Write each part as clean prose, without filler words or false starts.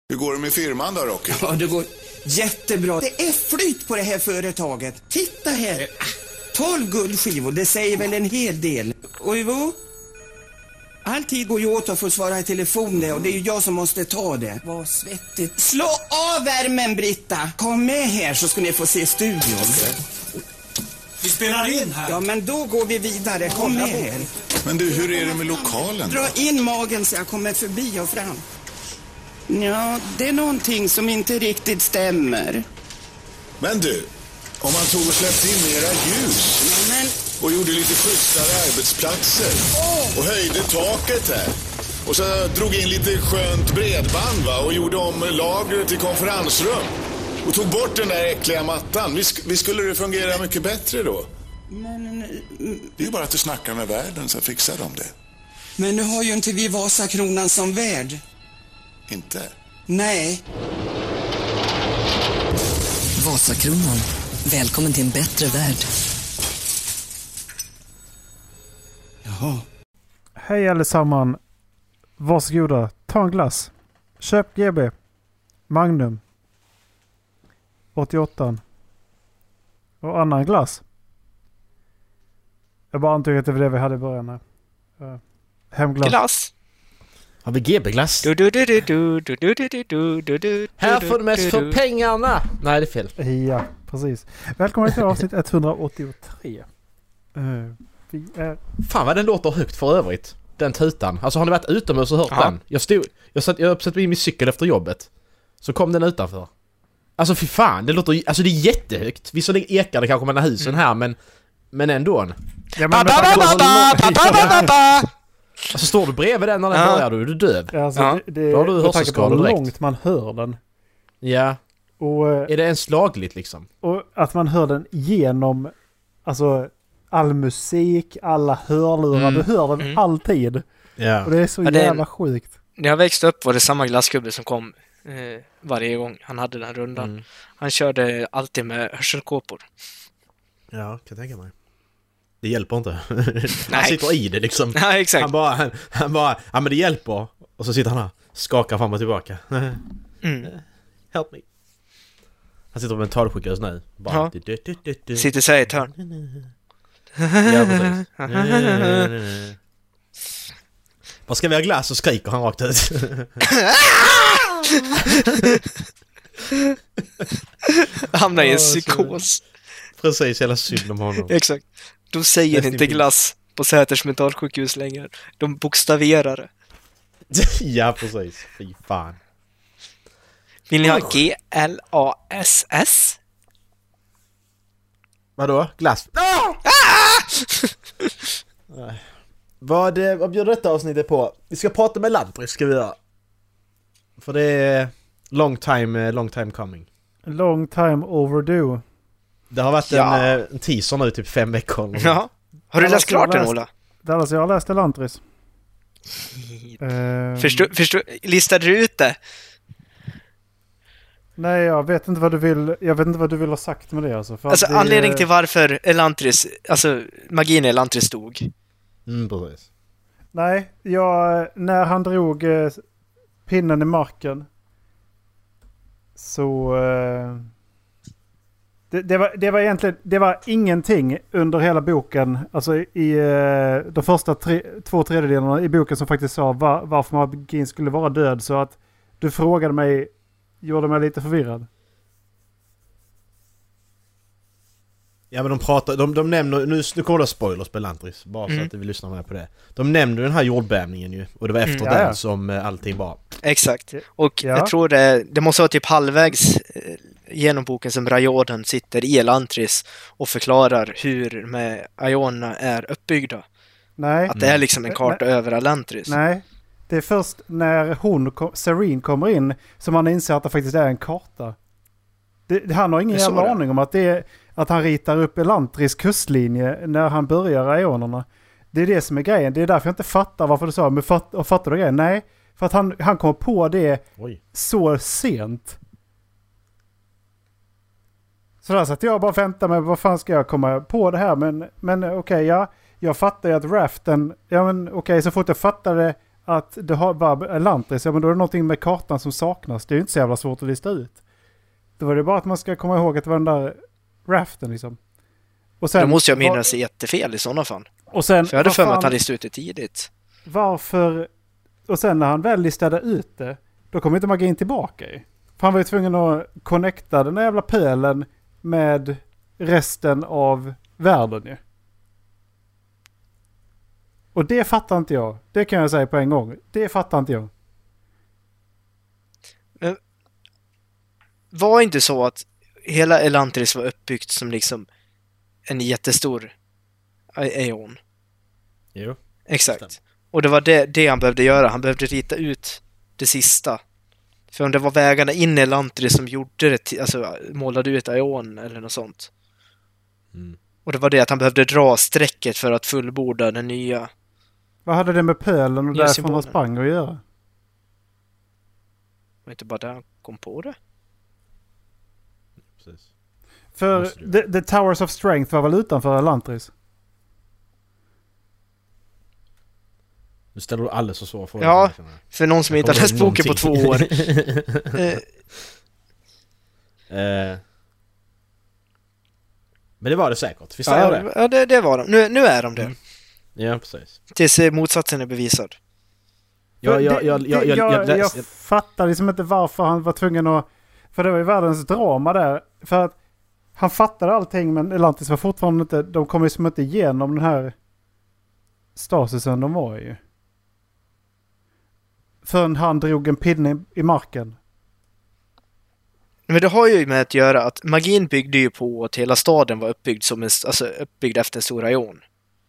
Hur går det med firman då, Rocky? Ja, det går jättebra. Det är flyt på det här företaget. Titta här. 12 guldskivor, det säger väl en hel del. Och Ivo? Alltid går ju åt att få svara i telefon och det är ju jag som måste ta det. Vad svettigt. Slå av värmen, Britta. Kom med här så ska ni få se studion. Vi spelar in här. Ja, men då går vi vidare. Kom med här. Men du, hur är det med lokalen? Dra in magen så jag kommer förbi och fram. Ja, det är någonting som inte riktigt stämmer. Men du, om man tog och släppte in mera ljus och gjorde lite schysstare arbetsplatser och höjde taket här och så drog in lite skönt bredband och gjorde om lagret till konferensrum och tog bort den där äckliga mattan. Vi skulle det fungera mycket bättre då. Men Det är ju bara att du snackar med världen så fixar de det. nu har ju inte vi Vasakronan som värd. Inte? Nej. Vasakronan. Välkommen till en bättre värld. Jaha. Hej allesammans. Varsågoda, ta en glass. Köp GB. Magnum. 88. Och annan glass. Jag bara antog att det var det vi hade i början här. Hemglass. Glass. Har vi GB-glass? Här får du mest för pengarna. Nej, det är fel. Ja, precis. Välkommen till avsnitt 183. Vi är... Fan vad den låter högt för övrigt. Den tutan. Alltså har ni varit utomhus och hört den? Jag satt mig i min cykel efter jobbet. Så kom den utanför. Alltså fy fan, det låter alltså det är jättehögt. Visserligen ekar det kanske mellan husen här, men ändå. Ja, men alltså står du bredvid den när den börjar då är du döv. Alltså, då har du hörselskador direkt. Långt man hör den. Ja. Och är det ens lagligt liksom? Och att man hör den genom alltså all musik, alla hörlurar, du hör den alltid. Ja. Och det är så jävla sjukt. När jag växte upp var det samma glassgubbe som kom varje gång han hade den rundan. Han körde alltid med hörselkåpor. Ja, kan jag tänka mig. Det hjälper inte. Han sitter i det liksom. Ja, exakt. Han bara, ja men det hjälper. Och så sitter han här, skakar fram och tillbaka. Help me. Han sitter på mentalsjukhus nu. Bara, sitter sig i ett hörn. Ja, precis. Vad ska vi ha glass och skriker han rakt ut. Hamnar i en psykos. Precis, hela synd om honom. Exakt. De säger inte glass på Säters mentalsjukhus längre. De bokstaverar det. Ja, precis. Fy fan. Vill ni ha GLASS? Vadå? Glass? Vad bjuder detta avsnittet på? Vi ska prata med Lantris, ska vi göra. För det är long time coming. Long time overdue. Det har varit en teaser nu typ 5 veckor. Ja. Har du läst klart den, Ola? Alltså jag har läst Lantris. Listade du ut det? Nej, jag vet inte vad du vill ha sagt med det alltså. För alltså anledning till varför Elantris, alltså magin i Elantris stod. Precis. Nej, när han drog pinnen i marken så det var egentligen ingenting under hela boken, alltså i de första 2/3 i boken som faktiskt sa varför magin skulle vara död, så att du frågade mig gjorde mig lite förvirrad. Ja, men de nämner, nu kommer det spoilers på Elantris, bara så att vi lyssnar med på det. De nämnde den här jordbävningen ju, och det var efter den som allting var. Exakt. Och jag tror det måste vara typ halvvägs genom boken som Rajoden sitter i Elantris och förklarar hur med Ionerna är uppbyggda. Nej. Att det är liksom en karta över Elantris. Nej. Det är först när Serene kommer in som man inser att det faktiskt är en karta. Han har ingen jävla aning om att han ritar upp Elantris kustlinje när han börjar Ionerna. Det är det som är grejen. Det är därför jag inte fattar varför du sa, men fattar du grejen? Nej, för att han kommer på det så sent. Så där så att jag bara väntar med vad fan ska jag komma på det här. Men okej, jag fattar ju att raften, så fort jag fattade att det har bara Elantris, ja men då är det någonting med kartan som saknas. Det är ju inte så jävla svårt att lista ut. Då var det bara att man ska komma ihåg att det var den där raften liksom. Och sen, då måste jag minnas jättefel i sådana fall. Och sen, för jag hade för mig att han listade ut det tidigt. Varför? Och sen när han väl listade ut det, då kom inte magin tillbaka i. För han var ju tvungen att connecta den där jävla pölen med resten av världen ju. Och det fattar inte jag. Det kan jag säga på en gång. Det fattar inte jag. Men var inte så att hela Elantris var uppbyggt som liksom en jättestor Aeon? Jo. Exakt. Stämt. Och det var det han behövde göra. Han behövde rita ut det sista. För om det var vägarna in i Elantris som gjorde det, alltså målade ut Aeon eller något sånt. Mm. Och det var det att han behövde dra strecket för att fullborda den nya. Vad hade det med pölen och därifrån han sprang att göra? Var inte bara där han kom på det? Precis. För the Towers of Strength var väl utanför Elantris? Nu ställer du alldeles så svåra frågor. Ja, för någon som inte har läst boken på 2 år. Men det var det säkert. Vi säger det. Ja, det var de. Nu är de det. Mm. Ja, precis. Tills motsatsen är bevisad. Jag fattar liksom inte varför han var tvungen att... För det var ju världens drama där. För att han fattade allting, men Elantris var fortfarande inte... De kom ju som inte igenom den här stasisen de var i. Förrän han drog en pinne i marken. Men det har ju med att göra att magin byggde ju på att hela staden var uppbyggd som uppbyggd efter en stor Aeon.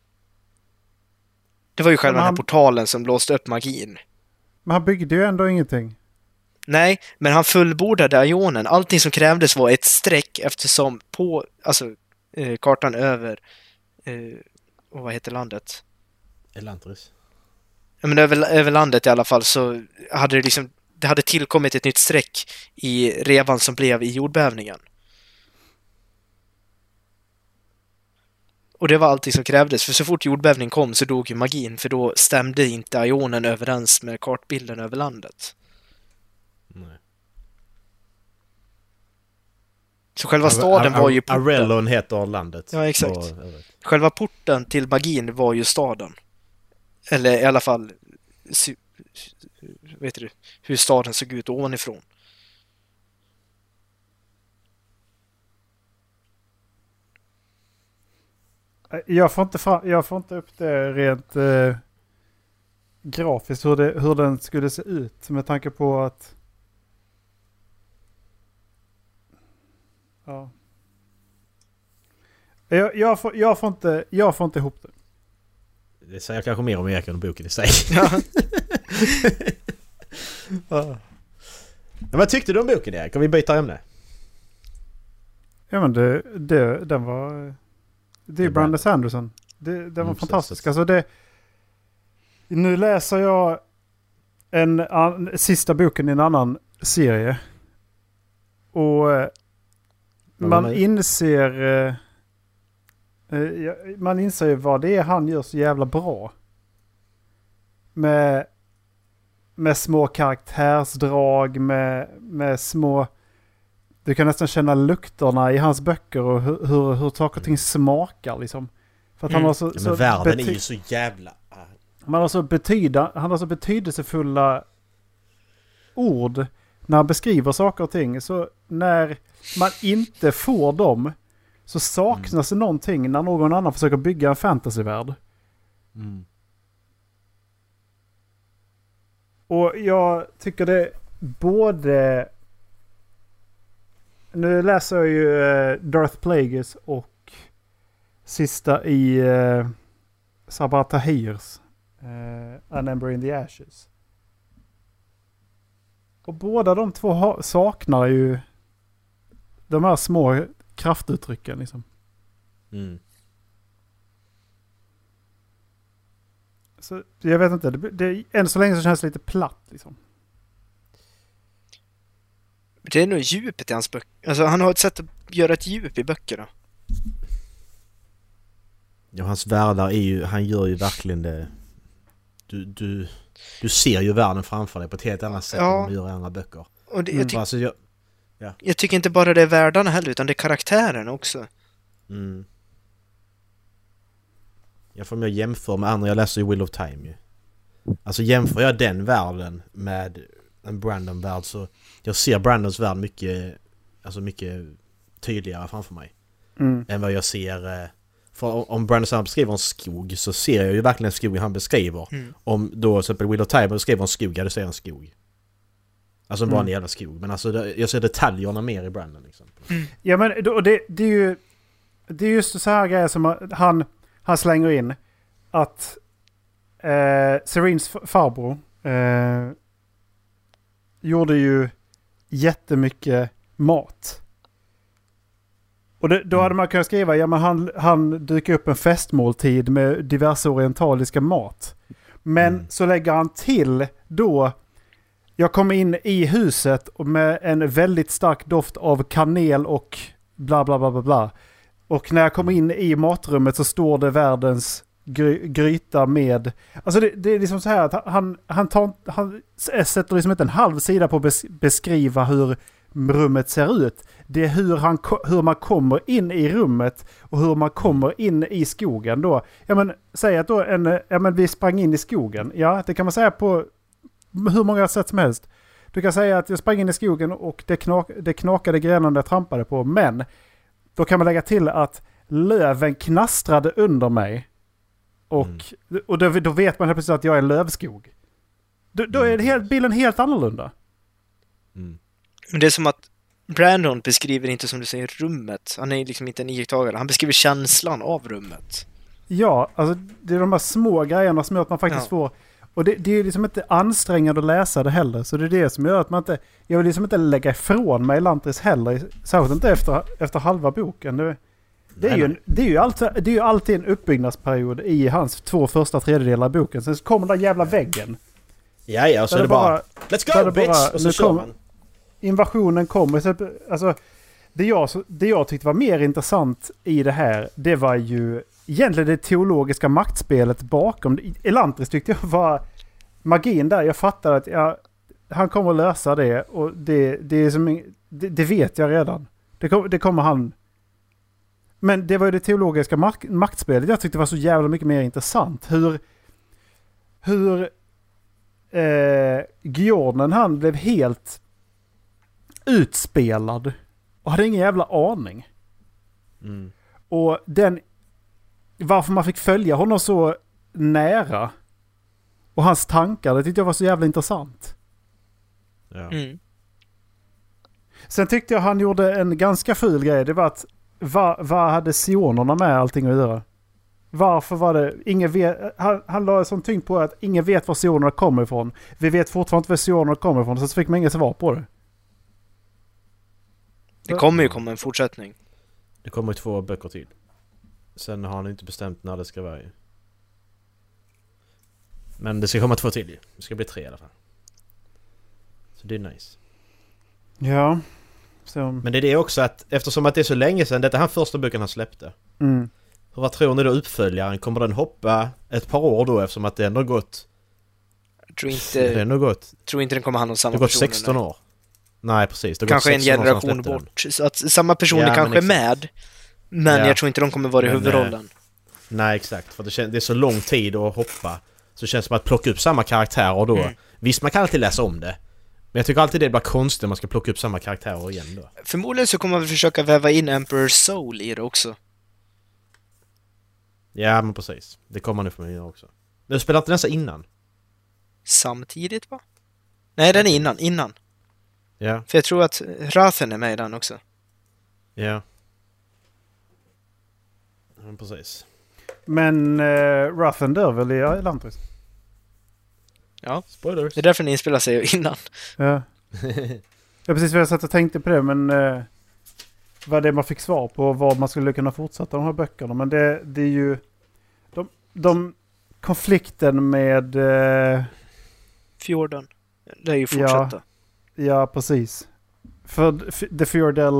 Det var ju själva den här portalen som låste upp magin. Men han byggde ju ändå ingenting. Nej, men han fullbordade Aeonen. Allting som krävdes var ett streck eftersom på kartan över och vad heter landet? Elantris. Ja, men över landet i alla fall så hade det hade tillkommit ett nytt streck i revan som blev i jordbävningen. Och det var allting som krävdes, för så fort jordbävning kom så dog ju magin, för då stämde inte Aeonen överens med kartbilden över landet. Nej. Så själva staden var ju porten. Arellon heter landet. Ja, exakt. Själva porten till magin var ju staden. Eller i alla fall vet du hur staden såg ut ovanifrån. Jag får inte upp det rent grafiskt hur den skulle se ut med tanke på att ja. Jag får inte ihop det. Det säger kanske mer om Erik än boken i sig. Ja. Men vad tyckte du om boken, Erik? Kan vi byta ämne? Ja, men den var... Det är Brandon Sanderson. Den var fantastisk. Alltså nu läser jag sista boken i en annan serie. Och man inser... man inser vad det är han gör så jävla bra. Med små karaktärsdrag, med små... Du kan nästan känna lukterna i hans böcker och hur saker och ting smakar liksom. För att han har så, men världen är ju så jävla... Han har så betydelsefulla ord när han beskriver saker och ting. Så när man inte får dem så saknas det någonting när någon annan försöker bygga en fantasyvärld. Mm. Och jag tycker det både... Nu läser jag ju Darth Plagueis och sista i Sabra Tahirs An Ember in the Ashes. Och båda de två saknar ju de här små kraftuttrycken liksom. Mm. Så jag vet inte, än så länge så känns det lite platt liksom. Det är nog djupet i hans böcker. Alltså han har ett sätt att göra ett djup i böckerna. Ja, hans världar är ju... Han gör ju verkligen det... Du ser ju världen framför dig på ett helt annat sätt än de gör i andra böcker. Och det, jag tycker inte bara det är världarna heller, utan det är karaktären också. Mm. Jag får med jämföra med andra, jag läser ju Wheel of Time ju. Alltså jämför jag den världen med en Brandon-värld, så jag ser Brandons värld mycket tydligare framför mig. Än vad jag ser... För om Brandon beskriver en skog, så ser jag ju verkligen skogen han beskriver. Om då till exempel Wheel of Time beskriver en skog, då ser jag en skog. Alltså bara en jävla skog. Men alltså jag ser detaljerna mer i Brandon liksom. Ja, men det är just så här grejer som han slänger in att Serines farbror gjorde ju jättemycket mat. Och då hade man kunnat skriva, ja men han dyker upp en festmåltid med diverse orientaliska mat. Men så lägger han till då, jag kommer in i huset med en väldigt stark doft av kanel och bla bla bla bla bla. Och när jag kommer in i matrummet så står det världens gryta med... Alltså det är liksom så här att han sätter liksom inte en halv sida på att beskriva hur rummet ser ut. Det är hur man kommer in i rummet och hur man kommer in i skogen då. Ja men säg att då vi sprang in i skogen. Ja, det kan man säga på hur många sätt som helst. Du kan säga att jag sprang in i skogen och det knakade grenarna jag trampade på, men då kan man lägga till att löven knastrade under mig. Och då vet man helt plötsligt att jag är en lövskog. Då är bilden helt annorlunda. Men det är som att Brandon beskriver inte, som du säger, rummet. Han är liksom inte en iakttagare. Han beskriver känslan av rummet. Ja, alltså det är de här små grejerna som gör att man faktiskt får... Och det är liksom inte ansträngande att läsa det heller. Så det är det som gör att man inte... Jag vill liksom inte lägga ifrån mig Elantris heller. Särskilt inte efter halva boken. Det är ju alltid en uppbyggnadsperiod i hans 2 första tredjedelar av boken. Sen kommer den där jävla väggen. Ja, så är det bara... Let's go, bitch! Och så kör man. Invasionen kommer. Alltså, det jag tyckte var mer intressant i det här, det var ju egentligen det teologiska maktspelet bakom. Elantris tyckte jag var magin där. Jag fattade att han kommer att lösa det, och det är som, det vet jag redan. Det kommer han. Men det var ju det teologiska maktspelet jag tyckte var så jävla mycket mer intressant. Hur Gjorden, han blev helt utspelad och hade ingen jävla aning. Och varför man fick följa honom så nära och hans tankar, det tyckte jag var så jävla intressant. Ja. Sen tyckte jag han gjorde en ganska ful grej. Det var att vad hade sionerna med allting att göra? Varför var det ingen vet, han la en sån tyngd på att ingen vet var sionerna kommer ifrån. Vi vet fortfarande inte var sionerna kommer ifrån, så fick man inget svar på det. Det kommer ju komma en fortsättning. Det kommer 2 böcker till. Sen har han inte bestämt när det ska vara. Men det ska komma 2 till. Det ska bli 3 i alla fall. Så det är nice. Ja. Så. Men det är det också att eftersom att det är så länge sedan, detta här första boken han släppte. Vad tror ni då uppföljaren? Kommer den hoppa ett par år då, eftersom att det ändå gått... Jag tror inte den kommer handla om samma personer. personer. Det har gått 16 år. Nej, precis. Det kanske en generation bort. Så att samma personer kanske är med, men jag tror inte de kommer vara i huvudrollen. Nej, exakt. För det är så lång tid att hoppa. Så det känns som att plocka upp samma karaktärer då. Visst, man kan alltid läsa om det. Men jag tycker alltid det är bara konstigt när man ska plocka upp samma karaktärer igen då. Förmodligen så kommer vi försöka väva in Emperor Soul i det också. Ja, men precis. Det kommer nu för mig också. Du spelar inte nästan innan? Samtidigt, va? Nej, den är innan. Ja. För jag tror att Rathen är med i den också. Ja. Men precis. Men Rathen dör väl i Elantris? Ja. Spoilers. Det är därför ni inspelar sig innan. Ja. Jag precis vad jag satt och tänkte på det, men vad det man fick svar på, vad man skulle kunna fortsätta de här böckerna. Men det är ju de konflikten med Fjorden. Det är ju fortsätta. Ja, precis. För The Fjordell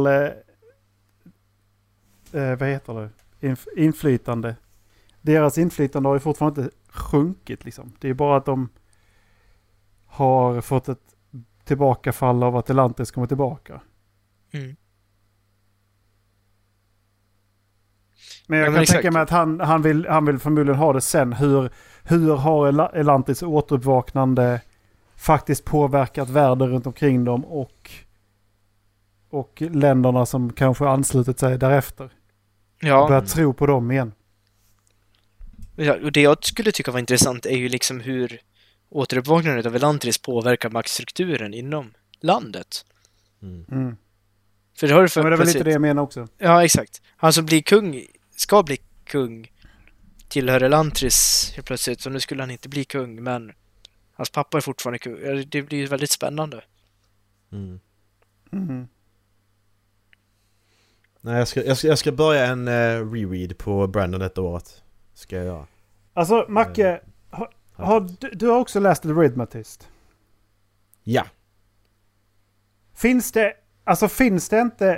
vad heter det? Inflytande. Deras inflytande har ju fortfarande inte sjunkit liksom. Det är bara att har fått ett tillbakafall av att Elantris kommer tillbaka. Mm. Men jag kan tänka mig att han vill förmodligen ha det sen. Hur har Elantris återuppvaknande faktiskt påverkat världen runt omkring dem och länderna som kanske anslutit sig därefter. Ja. Börjat tro på dem igen. Ja, och det jag skulle tycka var intressant är ju liksom hur återuppvaknandet av Elantris påverkar maktstrukturen inom landet. Mm. För det har du Men det är väl lite det jag menar också. Ja, exakt. Han som blir kung, ska bli kung, tillhör Elantris helt plötsligt. Så nu skulle han inte bli kung, men hans pappa är fortfarande kung. Det blir ju väldigt spännande. Mm. Mm. Nej, jag ska börja en reread på Brandon detta året. Ska jag göra. Alltså, Macke, du har också läst The Rhythmatist? Ja. Finns det inte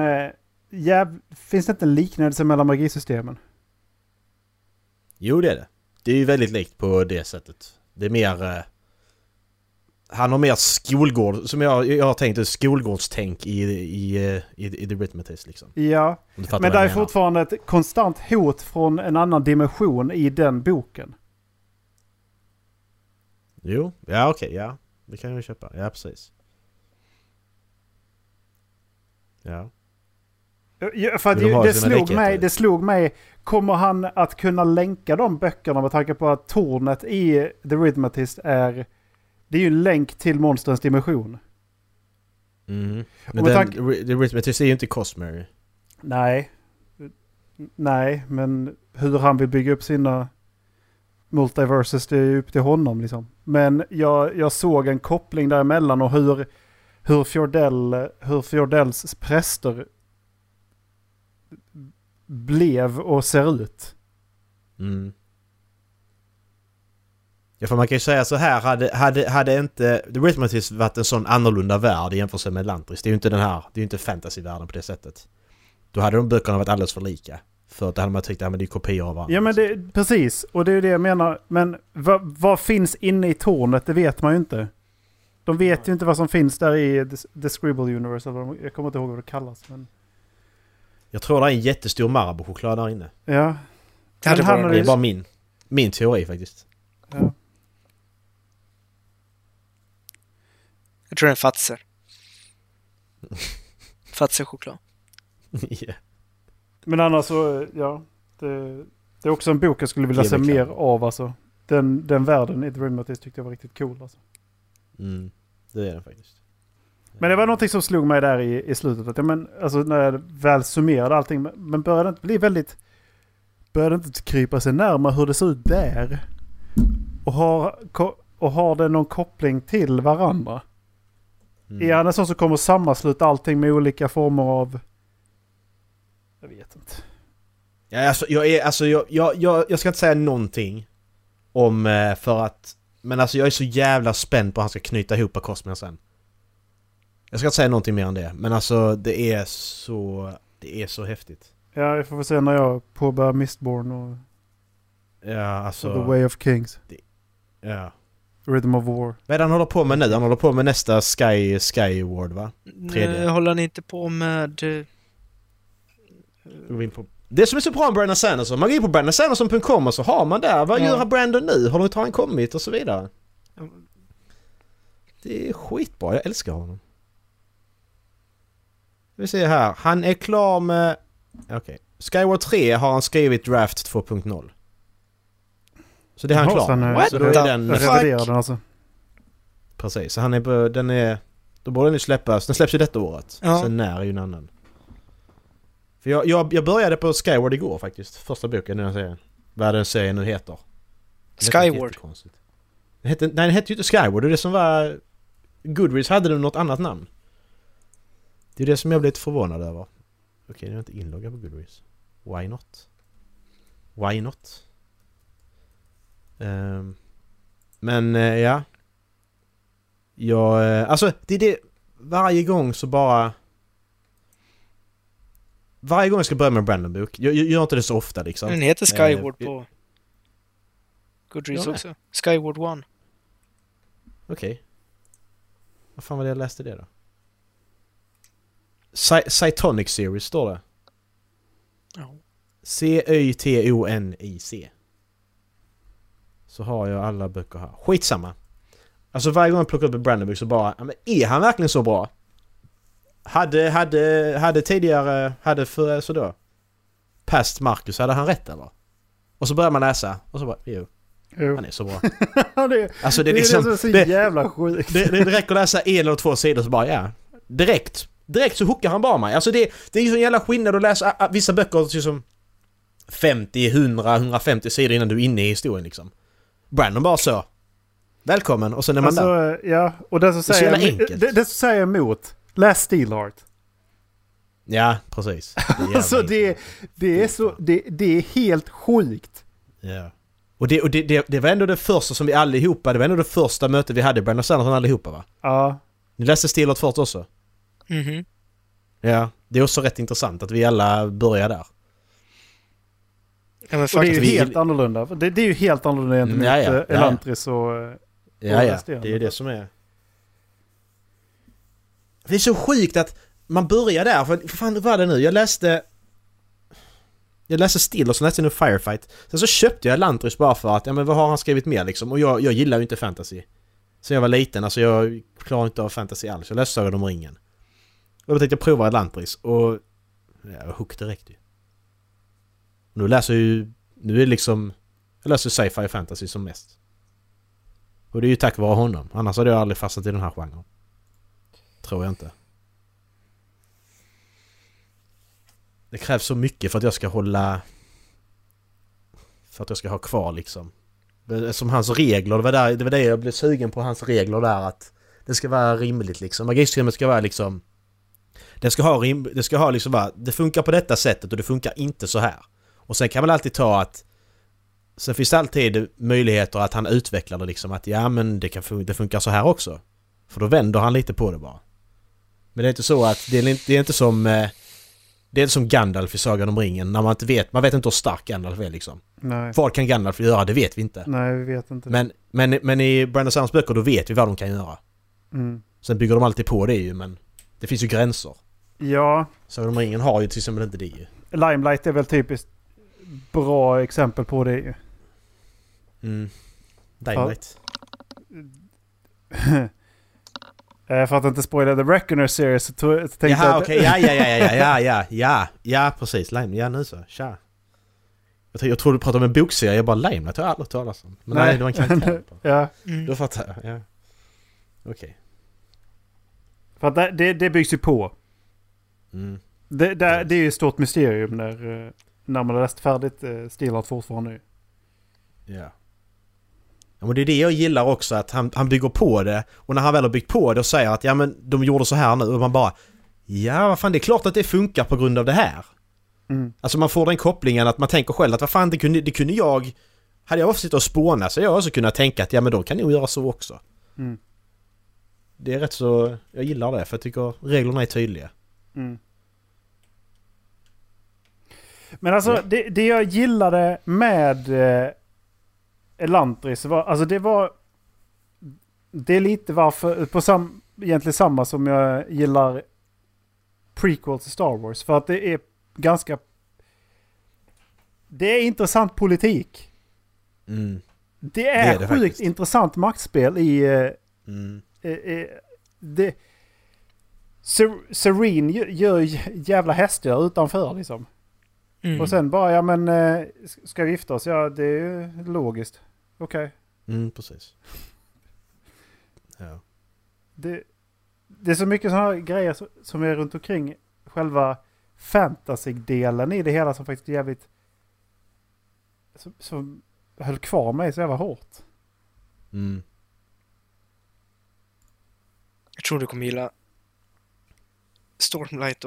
en liknelse mellan magisystemen? Jo, det är det. Det är ju väldigt likt på det sättet. Det är mer... han har mer skolgård, som jag har tänkt, skolgårdstänk i The Rhythmatist liksom. Ja, men det är fortfarande ett konstant hot från en annan dimension i den boken. Jo, ja okej, ja. Det kan jag köpa, ja precis. Ja. Ja, för att det slog mig, kommer han att kunna länka de böckerna med tanke på att tornet i The Rhythmatist det är ju en länk till monsterns dimension. Mm. Men The Rhythmatist är ju inte Cosmere. Nej, men hur han vill bygga upp sina multiverses, det är ju upp till honom liksom. Men jag såg en koppling däremellan och hur Fjordells präster blev och ser ut. Mm. Ja, för man kan ju säga så här, hade inte The Rhythmatist varit en sån annorlunda värld i jämförelse med Elantris. Det är ju inte det är ju inte fantasyvärlden på det sättet. Då hade de böckerna varit alldeles för lika. För att det hade man tyckt att det är kopior av varandra. Ja, men precis. Och det är det jag menar. Men vad finns inne i tornet, det vet man ju inte. De vet ju inte vad som finns där i The Scribble Universe. Jag kommer inte ihåg vad det kallas. Men... jag tror det är en jättestor Marabou-choklad där inne. Ja. Det är bara min teori faktiskt. Ja. Jag tror det är en Fatser. Fatser-choklad. Yeah. Men annars så, ja. Det är också en bok jag skulle vilja se mer av. Alltså. Den världen i The Rhythmatist tyckte jag var riktigt cool. Alltså. Mm, det är den faktiskt. Men det var någonting som slog mig där i slutet. Att alltså när jag väl summerade allting. Men började det inte krypa sig närmare hur det ser ut där? Och har det någon koppling till varandra? Är han en sån som kommer sammansluta allting med olika former av... jag vet inte. Ja, jag ska inte säga någonting om för att... men alltså jag är så jävla spänd på att han ska knyta ihop Cosmere sen. Jag ska inte säga någonting mer än det. Men alltså det är så häftigt. Ja, jag får se när jag påbörjar Mistborn och... ja, alltså... The Way of Kings. Ja. Rhythm of War. Vad är det han håller på med nu? Han håller på med nästa Skyward, va? 3D. Håller han inte på med... Det som är så bra med Brandon Sanderson, man går in på brandonsanderson.com och så har man där, vad gör Brandon nu? Har han kommit? Och så vidare. Det är skitbra, jag älskar honom. Vi ser här, han är klar med... okej. Skyward 3 har han skrivit draft 2.0. Så det är han klar. Så då är den reviderad alltså. Precis, så han är då borde den ju släppas. Den släpps ju detta året. Ja. Sen när är ju en annan. För jag började på Skyward igår faktiskt. Första boken i den serien. Vad den serien nu heter. Skyward. Den hette ju inte Skyward. Det är det som var... Goodreads hade den något annat namn. Det är det som jag blev lite förvånad över. Okej, det är inte inloggad på Goodreads. Why not? Men ja. Alltså det är det. Varje gång jag ska börja med en Brandon-bok. Jag gör inte det så ofta liksom. Den heter Skyward på Goodreads också. Skyward 1. Okej. Vad fan var det jag läste det då? Cytonic Series står det. Ja. C-Y-T-O-N-I-C. Så har jag alla böcker här. Skitsamma. Alltså varje gång jag plockar upp en Brandenburg så bara, men är han verkligen så bra? Hade tidigare, för så då past Marcus, hade han rätt eller? Och så börjar man läsa och så bara, jo. Han är så bra. Alltså det är liksom så jävla sjukt. Det räcker att läsa 1 eller 2 sidor så bara, ja. Direkt så hookar han bara mig. Alltså det är ju så jävla skillnad att läsa vissa böcker som 50, 100, 150 sidor innan du är inne i historien liksom. Brandon bara så. Välkommen. Och sen är man där. Ja, och det som säger emot. Läs Steelheart. Ja, precis. Alltså det är helt sjukt. Ja. Och det var ändå det första som vi allihopa, det var ändå det första mötet vi hade i Brandon Sanderson allihopa, va? Ja. Ni läste Steelheart först också? Mhm. Ja, det är också rätt intressant att vi alla börjar där. Ja, men och det är ju helt annorlunda. Det är ju helt annorlunda gentemot Elantris och... Ja, det är ju det som är... Det är så sjukt att man börjar där, för fan vad var det nu? Jag läste Still och så läste jag nu Firefight. Sen så köpte jag Elantris bara för att, ja men vad har han skrivit mer liksom? Och jag gillar ju inte fantasy. Så jag var liten, alltså jag klarar inte av fantasy alls. Jag läste Sagan om ringen. Och då tänkte jag prova Elantris och jag hooked direkt ju. Och nu läser jag läser sci-fi fantasy som mest. Och det är ju tack vare honom. Annars hade jag aldrig fastnat i den här genren. Tror jag inte. Det krävs så mycket för att jag ska hålla... För att jag ska ha kvar liksom. Som hans regler. Det var det jag blev sugen på, hans regler där. Att det ska vara rimligt liksom. Magisystemet ska vara liksom... Det ska ha liksom vara... Det funkar på detta sättet och det funkar inte så här. Och sen kan man alltid ta att... Sen finns det alltid möjligheter att han utvecklar det liksom. Att ja men det funkar så här också. För då vänder han lite på det bara. Men det är inte så att... Det är inte som... Det är inte som Gandalf i Sagan om ringen. När man vet inte hur stark Gandalf är liksom. Nej. Vad kan Gandalf göra? Det vet vi inte. Nej, vi vet inte. Men i Brandon Sandersons böcker då vet vi vad de kan göra. Mm. Sen bygger de alltid på det ju, men det finns ju gränser. Ja. Sagan om ringen har ju till exempel inte det ju. Limelight är väl typiskt bra exempel på det ju. Mm. Limelight. För att inte spoila The Reckoner series så tänkte jag... Jaha, okej. Ja, precis. Lime, ja nu så. Tja. Jag tror du pratar om en bokserie. Jag bara Limelight har jag aldrig talat om. Men nej, det var en karaktär. Ja. Då fattar jag. Ja. Okej. För att det byggs ju på. Mm. Det är ju ett stort mysterium när man har läst färdigt Steelheart fortfarande nu. Ja. Ja, men det är det jag gillar också, att han bygger på det. Och när han väl har byggt på det och säger att ja men de gjorde så här nu. Och man bara, ja vad fan, det är klart att det funkar på grund av det här. Mm. Alltså man får den kopplingen att man tänker själv att vad fan, det kunde jag... Hade jag suttit och spåna så jag också kunnat tänka att ja men då kan jag göra så också. Mm. Det är rätt så... Jag gillar det för jag tycker reglerna är tydliga. Mm. Men alltså det jag gillade med Elantris var... Alltså det är lite varför... egentligen samma som jag gillar prequel till Star Wars. För att det är ganska... Det är intressant politik. Mm. Det är sjukt faktiskt intressant maktspel i... Serene gör jävla hästar utanför liksom. Mm. Och sen bara, ja men ska vi gifta oss? Ja, det är ju logiskt. Okej. Mm, precis. Ja. Det är så mycket sådana här grejer som är runt omkring själva fantasy-delen i det hela som faktiskt är jävligt... Som höll kvar mig så jävla hårt. Mm. Jag tror du kommer gilla Stormlight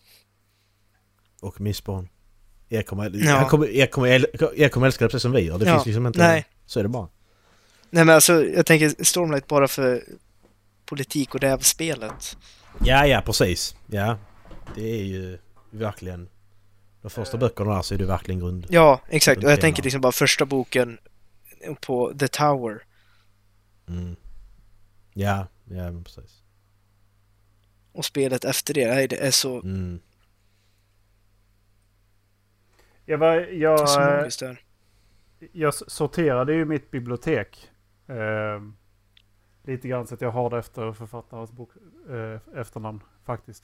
och Mistborn. Jag kommer älska det precis som vi gör. Det finns liksom inte... Nej. Så är det bara. Nej men alltså, jag tänker Stormlight bara för politik och det här spelet. Ja, precis. Ja. Det är ju verkligen... De första böckerna där så är det verkligen grund. Ja, exakt. Och jag tänker liksom bara första boken på The Tower. Mm. Ja, men precis. Och spelet efter det, nej, det är så... Jag sorterade ju mitt bibliotek lite grann så att jag har det efter författarens efternamn faktiskt.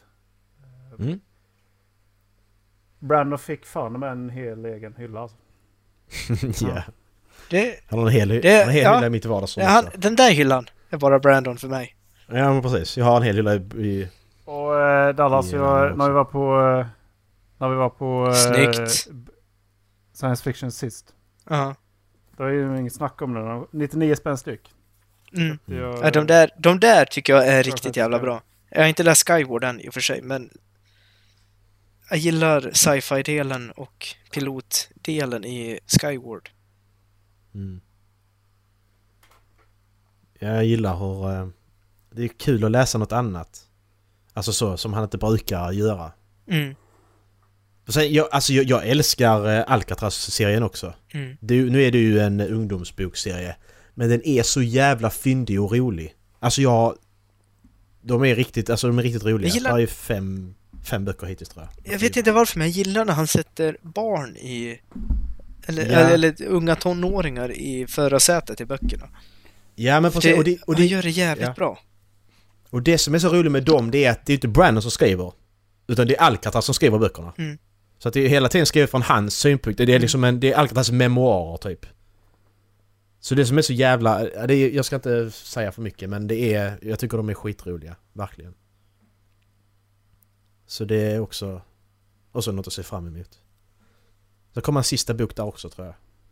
Brandon fick fan med en hel egen hylla alltså. Ja. Han har en hel hylla i mitt vardagsrum. Den där hyllan är bara Brandon för mig. Ja, men precis. Jag har en hel hylla i... Och Dallas, när vi var på science fiction sist. Det är ju inget snack om det. 99 spänn styck. De där tycker jag är riktigt jävla bra. Jag har inte läst Skyward än i och för sig, men jag gillar sci-fi-delen och pilotdelen i Skyward. Jag gillar hur... det är kul att läsa något annat. Alltså så, som han inte brukar göra. Jag älskar Alcatraz-serien också. Nu är det ju en ungdomsbokserie. Men den är så jävla fyndig och rolig. Alltså de är riktigt roliga. Det är ju fem böcker hittills, tror jag. Jag vet inte varför, men jag gillar när han sätter barn i... Eller unga tonåringar i förarsätet i böckerna. Ja, men precis. Och det gör det jävligt bra. Och det som är så roligt med dem, det är att det är inte Brandon som skriver. Utan det är Alcatraz som skriver böckerna. Så att det är hela tiden skrivet från hans synpunkt. Det är liksom det är Alcatraz memoarer typ. Så det som är så jävla... jag ska inte säga för mycket, men jag tycker de är skitroliga. Verkligen. Så det är också något att se fram emot. Så kommer en sista bok där också, tror jag.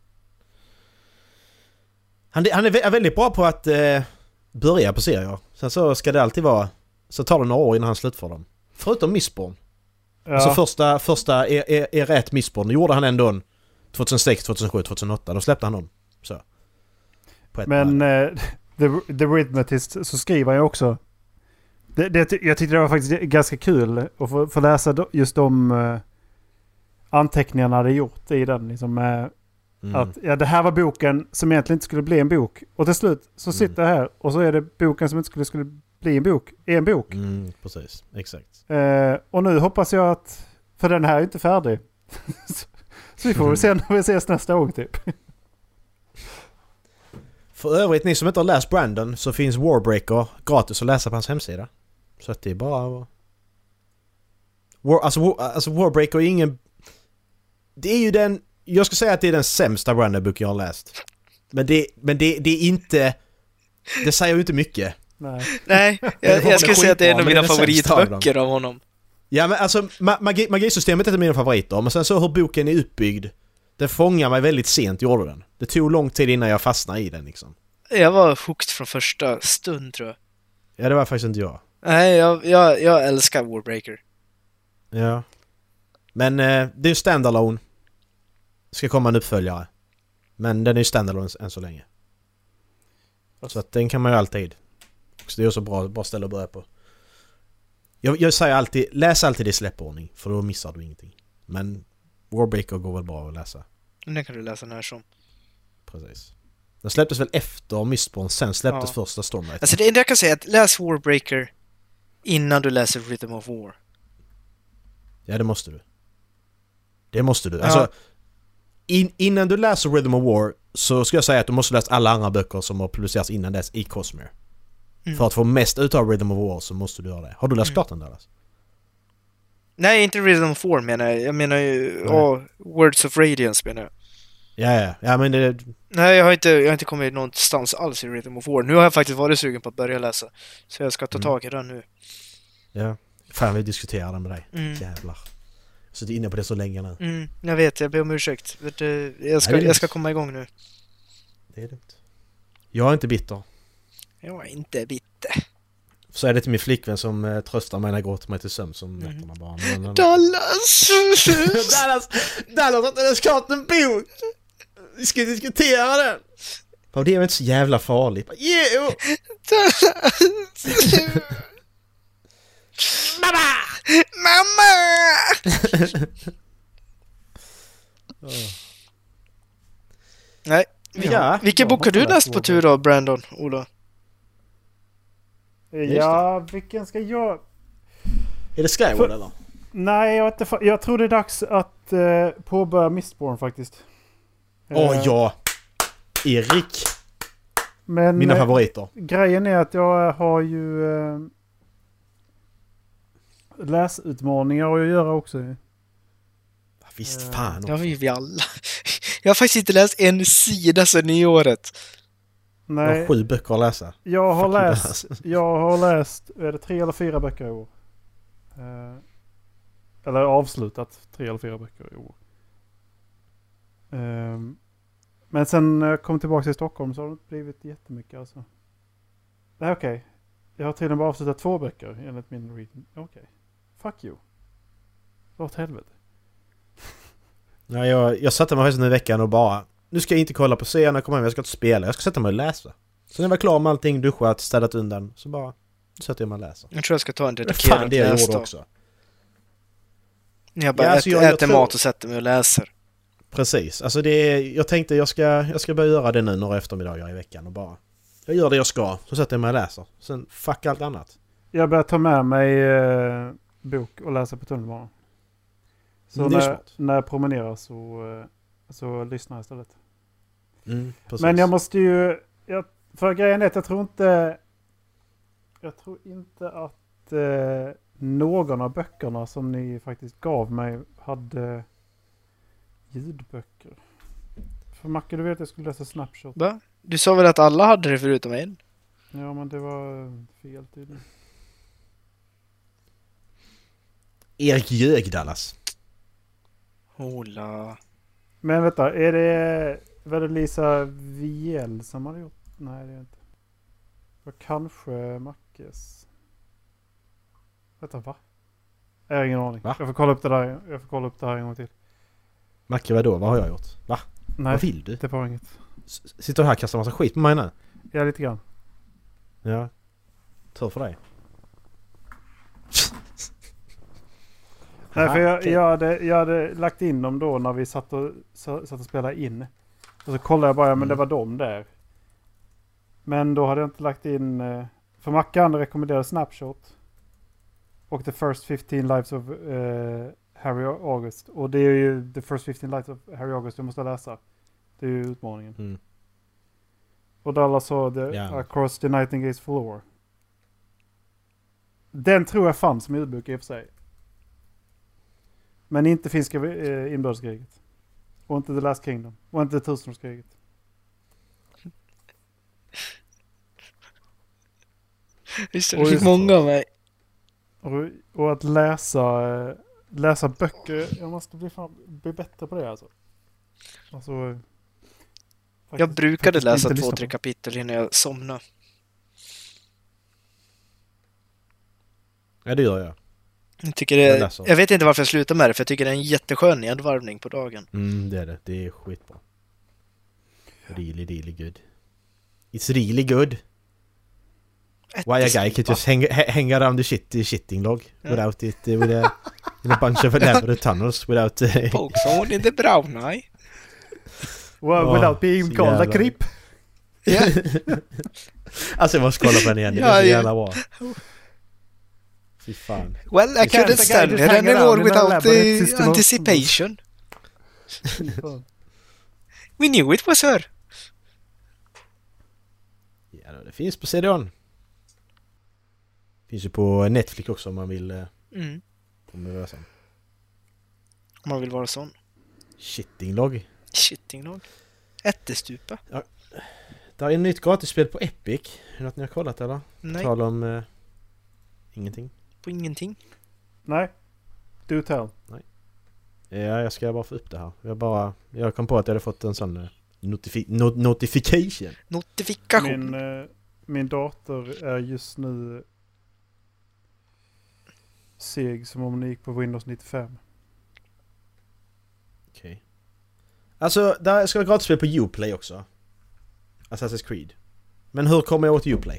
Han är väldigt bra på att börja på serier. Sen så ska det alltid vara... Så tar det några år innan han slutför dem. Förutom Mistborn. Ja. Alltså första är rätt Mistborn. Gjorde han ändå 2006, 2007, 2008. Då släppte han dem. Så. Men The Rhythmatist så skriver jag också. Jag tyckte det var faktiskt ganska kul att få läsa just de anteckningarna hade gjort i den. Liksom, att det här var boken som egentligen inte skulle bli en bok. Och till slut så sitter jag här och så är det boken som inte skulle bli en bok. Precis, exakt. Och nu hoppas jag att... För den här är inte färdig. Så vi får väl se när vi ses nästa gång typ. För övrigt, ni som inte har läst Brandon, så finns Warbreaker gratis att läsa på hans hemsida. Så att det är bara... Alltså Warbreaker är ingen... Det är ju den... Jag ska säga att det är den sämsta Brandon-bok jag har läst. Men det är inte... Det säger ju inte mycket. Nej, jag skulle säga att det är en av mina favoritböcker av honom. Ja, men alltså magisystemet är inte mina favoriter. Men sen så hur boken är uppbyggd, det fångar mig väldigt sent, gjorde den. Det tog lång tid innan jag fastnade i den liksom. Jag var hooked från första stund, tror jag. Ja, det var faktiskt inte jag. Nej, jag älskar Warbreaker. Ja. Men det är ju standalone. Ska komma en uppföljare. Men den är ju standalone än så länge. Så att den kan man ju alltid. Så det är så bra ställe att börja på. Jag säger alltid, läs alltid i släppordning, för då missar du ingenting. Men Warbreaker går väl bra att läsa. Den kan du läsa när som. Precis. Den släpptes väl efter Mistborn, sen släpptes första Stormlight. Alltså det enda jag kan säga är att läs Warbreaker innan du läser Rhythm of War. Ja, det måste du. Det måste du. Alltså, innan du läser Rhythm of War så ska jag säga att du måste läsa alla andra böcker som har publicerats innan dess i Cosmere. För att få mest ut av Rhythm of War så måste du göra det. Har du läst klart den där? Alltså? Nej, inte Rhythm of War menar jag. Jag menar ju Words of Radiance menar jag. Ja, men det... Nej, jag har inte kommit någonstans alls i Rhythm of War. Nu har jag faktiskt varit sugen på att börja läsa. Så jag ska ta tag i den nu. Ja, fan vi diskuterar den med dig. Jävlar. Så du är inne på det så länge nu. Jag vet, jag ber om ursäkt. Jag ska komma igång nu. Det är dumt. Jag är inte bitter. Jag är inte bitter. Så är det till min flickvän som tröstar mig när jag går till mig till sömn som nätterna bara. Dallas! Dallas har inte klart en bok! Vi ska diskutera den! Och det är väl inte så jävla farligt. Jo! Mamma! Nej. Vilken bok har du läst på tur då, Brandon, Ola? Ja, vilken ska jag... Är det Skyward eller? Nej, jag tror det är dags att påbörja Mistborn faktiskt. Ja! Erik! Men, mina favoriter. Grejen är att jag har ju läsutmaningar att göra också. Visst fan också. Ja, vi alla. Jag har faktiskt inte läst en sida sedan nyåret. Nej. Jag har 7 böcker att läsa. Jag har läst är det 3 eller 4 böcker i år. Eller avslutat 3 eller 4 böcker i år. Men sen när jag kom tillbaka till Stockholm så har det inte blivit jättemycket alltså. Det är okej. Jag har tydligen bara avslutat 2 böcker enligt min reading. Okej. Fuck you. Låt helvete. Ja, jag satte mig faktiskt nu i veckan och bara... Nu ska jag inte kolla på serien, jag ska inte spela. Jag ska sätta mig och läsa. Så när jag var klar med allting, duschat, städat undan, så bara... Nu sätter jag mig och läser. Jag tror jag ska ta en dedikerad läsdag också. Jag bara äter mat och sätter mig och läser. Precis. Alltså jag tänkte jag ska börja göra det nu några eftermiddagar i veckan och bara... Jag gör det jag ska, så sätter jag mig och läser. Sen fuck allt annat. Jag börjar ta med mig bok och läsa på tunnelbanan. Så när jag promenerar så lyssnar jag istället. Men jag måste ju... För grejen är att jag tror inte att någon av böckerna som ni faktiskt gav mig hade ljudböcker. För Macke, du vet att jag skulle läsa Snapshot. Va? Du sa väl att alla hade det förutom en? Ja, men det var fel tydligen. Erik ljög, Dallas. Hola. Men vänta, är det Lisa Viel som hade gjort? Nej, det är inte. Det var kanske Mackes. Vänta, va? Jag har ingen aning. Va? Jag får kolla upp det där. Jag får kolla upp det här en gång till. Macke, vadå? Vad har jag gjort? Va? Nej, vad vill du? Det var inget. Sitter du här och kastar massa skit på mig nu? Ja, lite grann. Ja. Tur för dig. Nej, för jag hade lagt in dem då när vi satt och spelade in. Och så kollade jag bara, men det var dem där. Men då hade jag inte lagt in... För Mackan rekommenderade Snapshot. Och The First 15 Lives of Harry August. Och det är ju The First 15 Lives of Harry August jag måste läsa. Det är ju utmaningen. Och Dallas sa Across the Nightingale's Floor. Den tror jag fanns som ljudbok i och för sig. Men inte finska inbördeskriget. Och inte The Last Kingdom. Och inte Tusenårskriget. Visst, det fick många av mig. Och att läsa böcker. Jag måste bli bättre på det alltså. Jag brukade läsa 2-3 kapitel innan jag somnade. Ja, det gör jag. Jag vet inte varför jag slutar med det, för jag tycker det är en jätteskön nedvarvning på dagen. Det är det. Det är skitbra. Really, really good. It's really good. Why a guy could just hang around the shitting log without it, in a bunch of elaborate tunnels without... Poke someone in the brown eye. Without being called a creep. Yeah. Alltså jag måste kolla på den igen, det är så jävla bra. Fy fan. Well, I couldn't stand it anymore without the anticipation. We knew it was her. Ja, det finns på CD-ON. Finns ju på Netflix också om man vill om man vill vara sån. Shitting-log. Ättestupa. Ja. Det är ett nytt gratisspel på Epic. Är det något ni har kollat eller? Nej. Tal om ingenting. På ingenting? Nej. Do tell. Nej. Ja, jag ska bara få upp det här. Jag kom på att jag hade fått en sån notification. Min dator är just nu seg som om den gick på Windows 95. Okej. Alltså, där ska vara gratisspel på Uplay också. Assassin's Creed. Men hur kommer jag åt Uplay?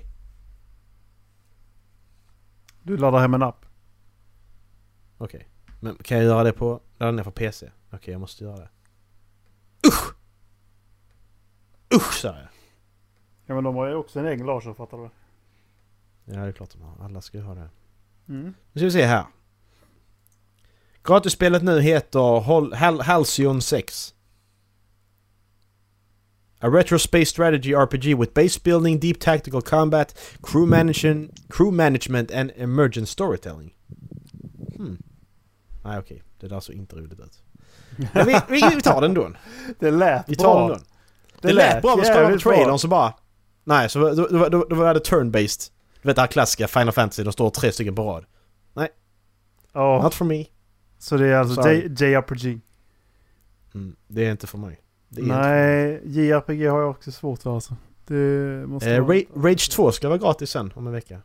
Du laddar hem en app. Okej. Men kan jag göra det på... Ladda ner på PC? Okej, jag måste göra det. Usch, sa jag. Ja, men de har ju också en egen laser, fattar du? Ja, det är klart de har. Alla ska ju ha det. Nu ska vi se här. Gratisspelet nu heter Halcyon 6. A retro space strategy RPG with base building, deep tactical combat, crew management and emergent storytelling. Nej, okej. Det är alltså inte roligt ut. Men vi tar den då. Det lät vi tar bra. Den då. Det lät bra. Vi ska på trailern så bara... Nej, så då var det turn-based. Du vet det här klassiska Final Fantasy. De står 3 stycken på rad. Nej. Not for me. Så det är alltså JRPG. Det är inte för mig. Nej, JRPG har jag också svårt för alltså. Det måste Rage 2 ska vara gratis sen om en vecka.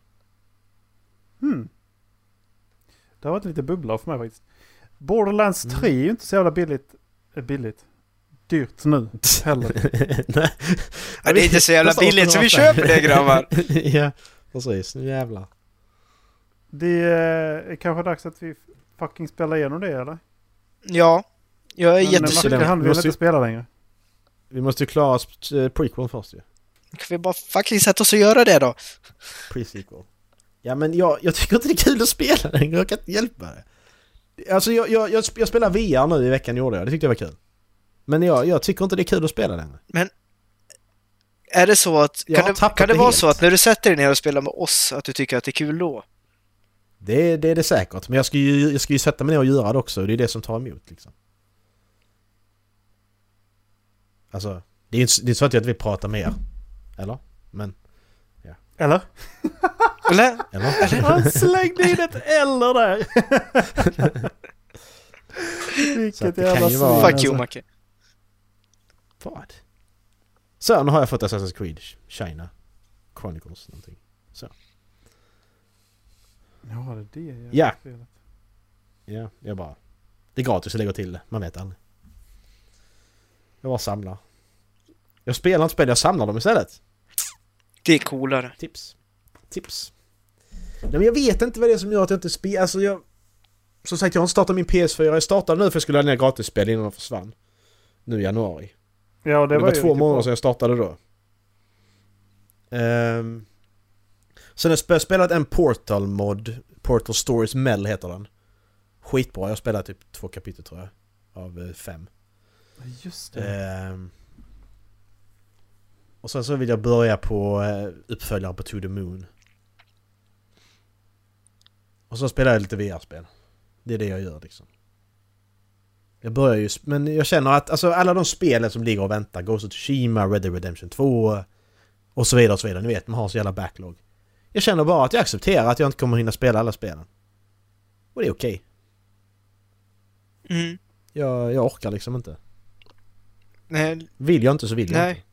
Det har varit lite bubbla för mig faktiskt. Borderlands 3 är ju inte så jävla billigt. Dyrt nu heller. Nej. Ja, det är inte så jävla billigt så vi köper det, grabbar. Ja, precis. Nu jävlar. Det är kanske dags att vi fucking spelar igenom det, eller? Ja, jag är jättesugen. Han vill inte spela längre. Vi måste ju klara prequel först ju. Kan vi bara fucking sätta oss och göra det då? Pre-sequel. Ja, men jag tycker inte det är kul att spela den. Jag kan inte hjälpa det. Alltså jag spelar VR nu i veckan gjorde jag. Det tyckte jag var kul. Men jag tycker inte det är kul att spela längre. Men är det så att kan det vara så att när du sätter dig ner och spelar med oss att du tycker att det är kul då? Det är det säkert. Men jag ska ju sätta mig ner och göra det också. Det är det som tar emot liksom. Alltså, det är inte så att jag vill prata mer. Eller? Men, ja. Eller? Eller? Han slängde in ett eller där. Vilket jävla svin. Fuck you, Macke. Vad? Så, nu har jag fått Assassin's Creed China Chronicles någonting. Så. Ja, det är det. Ja. Ja, jag bara... Det är gratis att lägga till det. Man vet aldrig. Jag bara samlar. Jag spelar inte spel, jag samlar dem istället. Det är coolare. Tips. Nej, men jag vet inte vad det är som gör att jag inte spelar. Alltså som sagt, jag har inte startat min PS4. Jag startade nu för att jag skulle ha ner gratisspel innan de försvann. Nu i januari. Ja, det var 2 månader sedan jag startade då. Sen har jag spelat en Portal-mod. Portal Stories Mel heter den. Skitbra, jag spelar typ 2 kapitel tror jag. Av 5. Just det. Och sen så vill jag börja på uppföljare på To the Moon. Och så spelar jag lite VR-spel. Det är det jag gör liksom. Jag börjar ju... Men jag känner att alltså, alla de spelen som ligger och väntar, Ghost of Tsushima, Red Dead Redemption 2 och så vidare och så vidare. Ni vet, man har så jävla backlog. Jag känner bara att jag accepterar att jag inte kommer hinna spela alla spelen. Och det är okej. Jag orkar liksom inte. Nej. Vill jag inte så vill jag inte.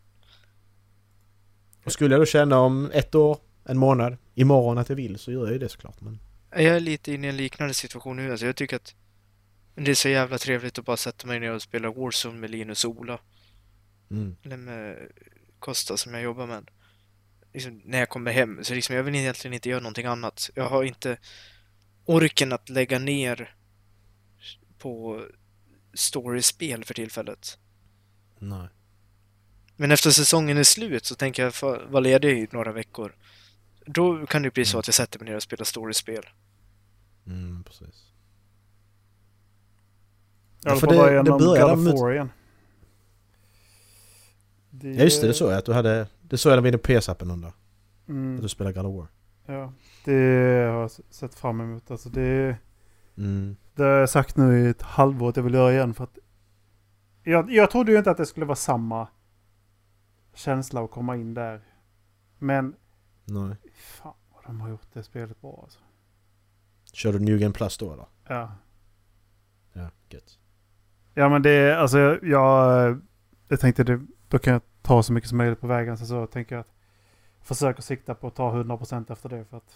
Och skulle jag då känna om 1 år, 1 månad, imorgon att jag vill så gör jag ju det såklart. Men... Jag är lite inne i en liknande situation nu. Alltså jag tycker att det är så jävla trevligt att bara sätta mig ner och spela Warzone med Linus och Ola. Eller med Costa som jag jobbar med. Liksom, när jag kommer hem. Så liksom, jag vill egentligen inte göra någonting annat. Jag har inte orken att lägga ner på storyspel för tillfället. Nej. Men efter säsongen är slut så tänker jag vara ledig i några veckor. Då kan det bli så att jag sätter mig ner och spelar storyspel. Precis. Jag håller på att börja God of War igen. Ja just det, det såg jag att du hade... Det såg jag vid PS-appen under. Att du spelar God of War. Ja, det har jag sett fram emot. Alltså det har jag sagt nu i ett halvår att jag vill göra igen. För att jag trodde ju inte att det skulle vara samma känsla att komma in där. Men nej. Fan vad de har gjort det spelet bra alltså. Kör du New Game Plus då eller? Ja. Ja, gött. Ja men det, alltså jag tänkte då kan jag ta så mycket som möjligt på vägen. Så tänker jag att försöka sikta på att ta 100% efter det för att...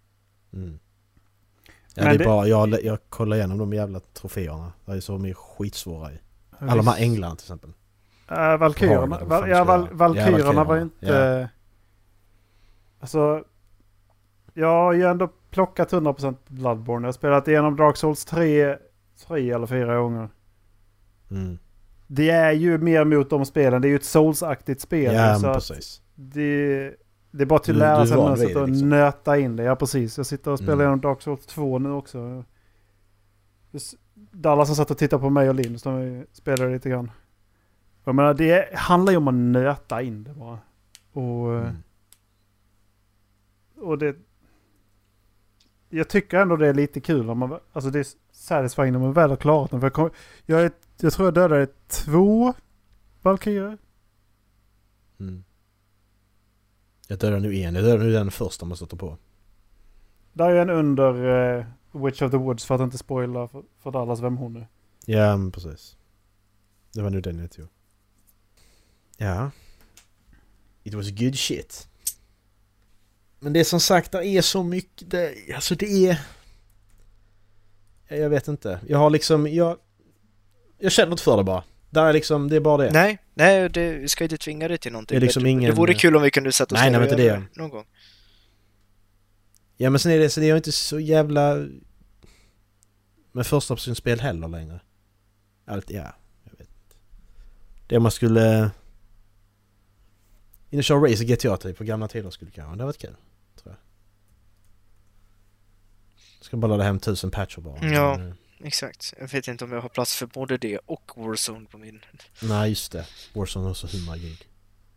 Ja, men det är bara, jag kollar igenom de jävla troféerna. Det är så mycket skitsvåra i. Alla de här änglarna till exempel. Valkyrierna var ju inte... Ja. Alltså... Jag har ju ändå plockat 100% Bloodborne. Jag har spelat igenom Dark Souls 3 eller 4 gånger. Det är ju mer mot de spelen. Det är ju ett Souls-aktigt spel. Ja, så precis. Det är bara till att lära sig mönstret och liksom nöta in det. Ja, precis. Jag sitter och spelar igenom Dark Souls 2 nu också. Dallas som satt och tittade på mig och Linus när vi spelade lite grann. Jag menar, det handlar ju om att nöta in det bara. Och det... Jag tycker ändå det är lite kul när man... Alltså det är satisfying när man väl har klarat den. För jag tror jag dödade 2 Valkyrier. Jag dödade nu en. Jag dödade nu den första man sätter på. Där är en under Witch of the Woods för att inte spoila för Dallas vem hon är. Ja, men precis. Det var nu den jag tog. Ja. It was good shit. Men det är som sagt, det är så mycket... det är... Jag vet inte. Jag har liksom... Jag känner inte för det bara. Det är liksom... Det är bara det. Nej, vi ska inte tvinga dig till någonting. Det är liksom ingen... Det vore kul om vi kunde sätta oss ner och göra det någon gång. Ja, men sen är det inte så jävla... med första personspel heller längre. Allt, ja. Jag vet inte. Det man skulle... Initial Race och GTA typ på gamla tider skulle kanske. Det har varit kul, tror jag. Ska bara ladda hem 1000 patcher bara. Ja, exakt. Jag vet inte om jag har plats för både det och Warzone på min. Nej, just det. Warzone har så 100 gig.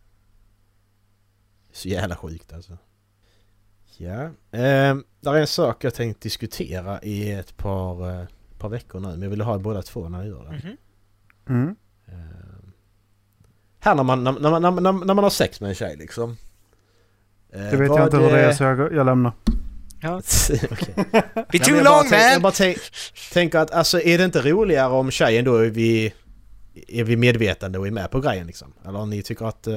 Så jävla sjukt alltså. Ja. Där är en sak jag tänkt diskutera i ett par veckor nu. Men jag vill ha båda två när jag gör det. Här när man har sex med en tjej liksom. Det vet jag inte hur det är så jag lämnar. Ja. Okay. Be too long, man! Jag bara tänker att alltså, är det inte roligare om tjejen då är vi medvetande och är med på grejen liksom? Eller om ni tycker att...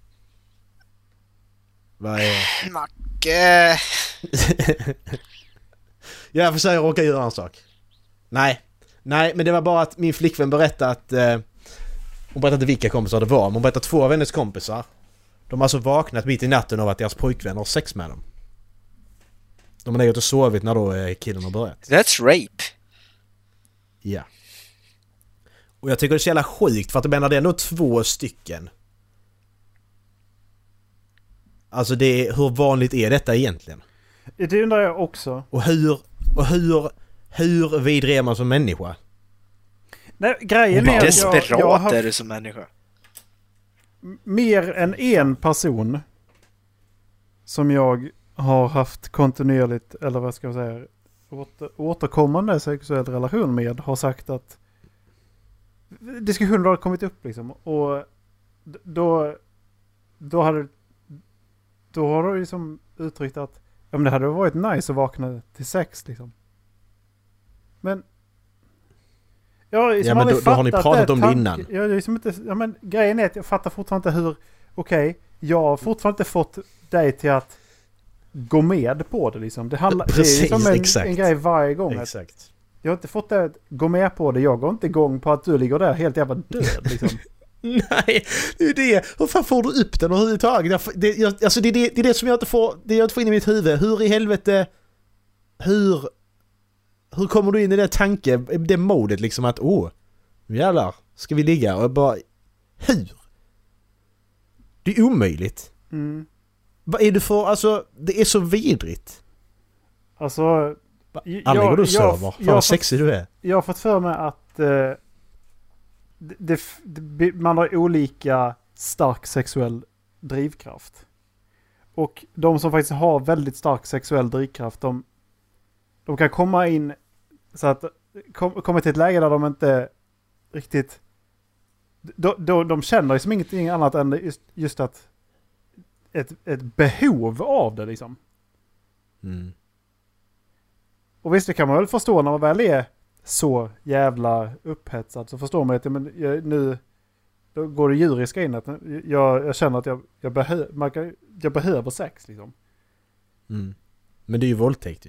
vad är... Macke! Jag försöker råka göra en sak. Nej, men det var bara att min flickvän berättade att... hon berättade inte vilka kompisar det var, men hon berättade 2 av hennes kompisar. De har alltså vaknat mitt i natten av att deras pojkvänner har sex med dem. De har legat och sovit när då killen har börjat. That's rape. Ja. Och jag tycker det är så jävla sjukt för att det är ändå 2 stycken. Alltså hur vanligt är detta egentligen? Det undrar jag också. Och hur vidrig är man som människa? Nej, grejen är desperat jag har är det som människa. Mer än en person som jag har haft kontinuerligt, eller vad ska jag säga, återkommande sexuell relation med, har sagt att diskussioner har kommit upp liksom, och då har du liksom uttryckt att ja, men det hade varit nice att vakna till sex liksom. Men ja, men då har ni pratat om det innan. Men grejen är att jag fattar fortfarande inte hur... Okej, jag har fortfarande inte fått dig till att gå med på det liksom. Det är liksom en grej varje gång. Exakt. Jag har inte fått dig att gå med på det. Jag går inte igång på att du ligger där helt jävla död liksom. Nej, det är det. Hur fan får du upp den överhuvudtaget? Det är det som jag inte får... Det jag inte får in i mitt huvud. Hur i helvete... Hur kommer du in i det modet liksom att jävlar, ska vi ligga? Och bara, hur? Det är omöjligt. Vad är det för, alltså, det är så vidrigt. Alltså, aldrig du sover. Fan vad sexig du är. Jag har fått för mig att man har olika stark sexuell drivkraft. Och de som faktiskt har väldigt stark sexuell drivkraft, de kan komma in så att kommer till ett läge där de inte riktigt de känner liksom ingenting annat än just att ett behov av det liksom. Och visst, det kan man väl förstå när man väl är så jävla upphetsad, så förstår man att nu då går det djuriska in att jag känner att jag behöver sex liksom. Men det är ju våldtäkt ju.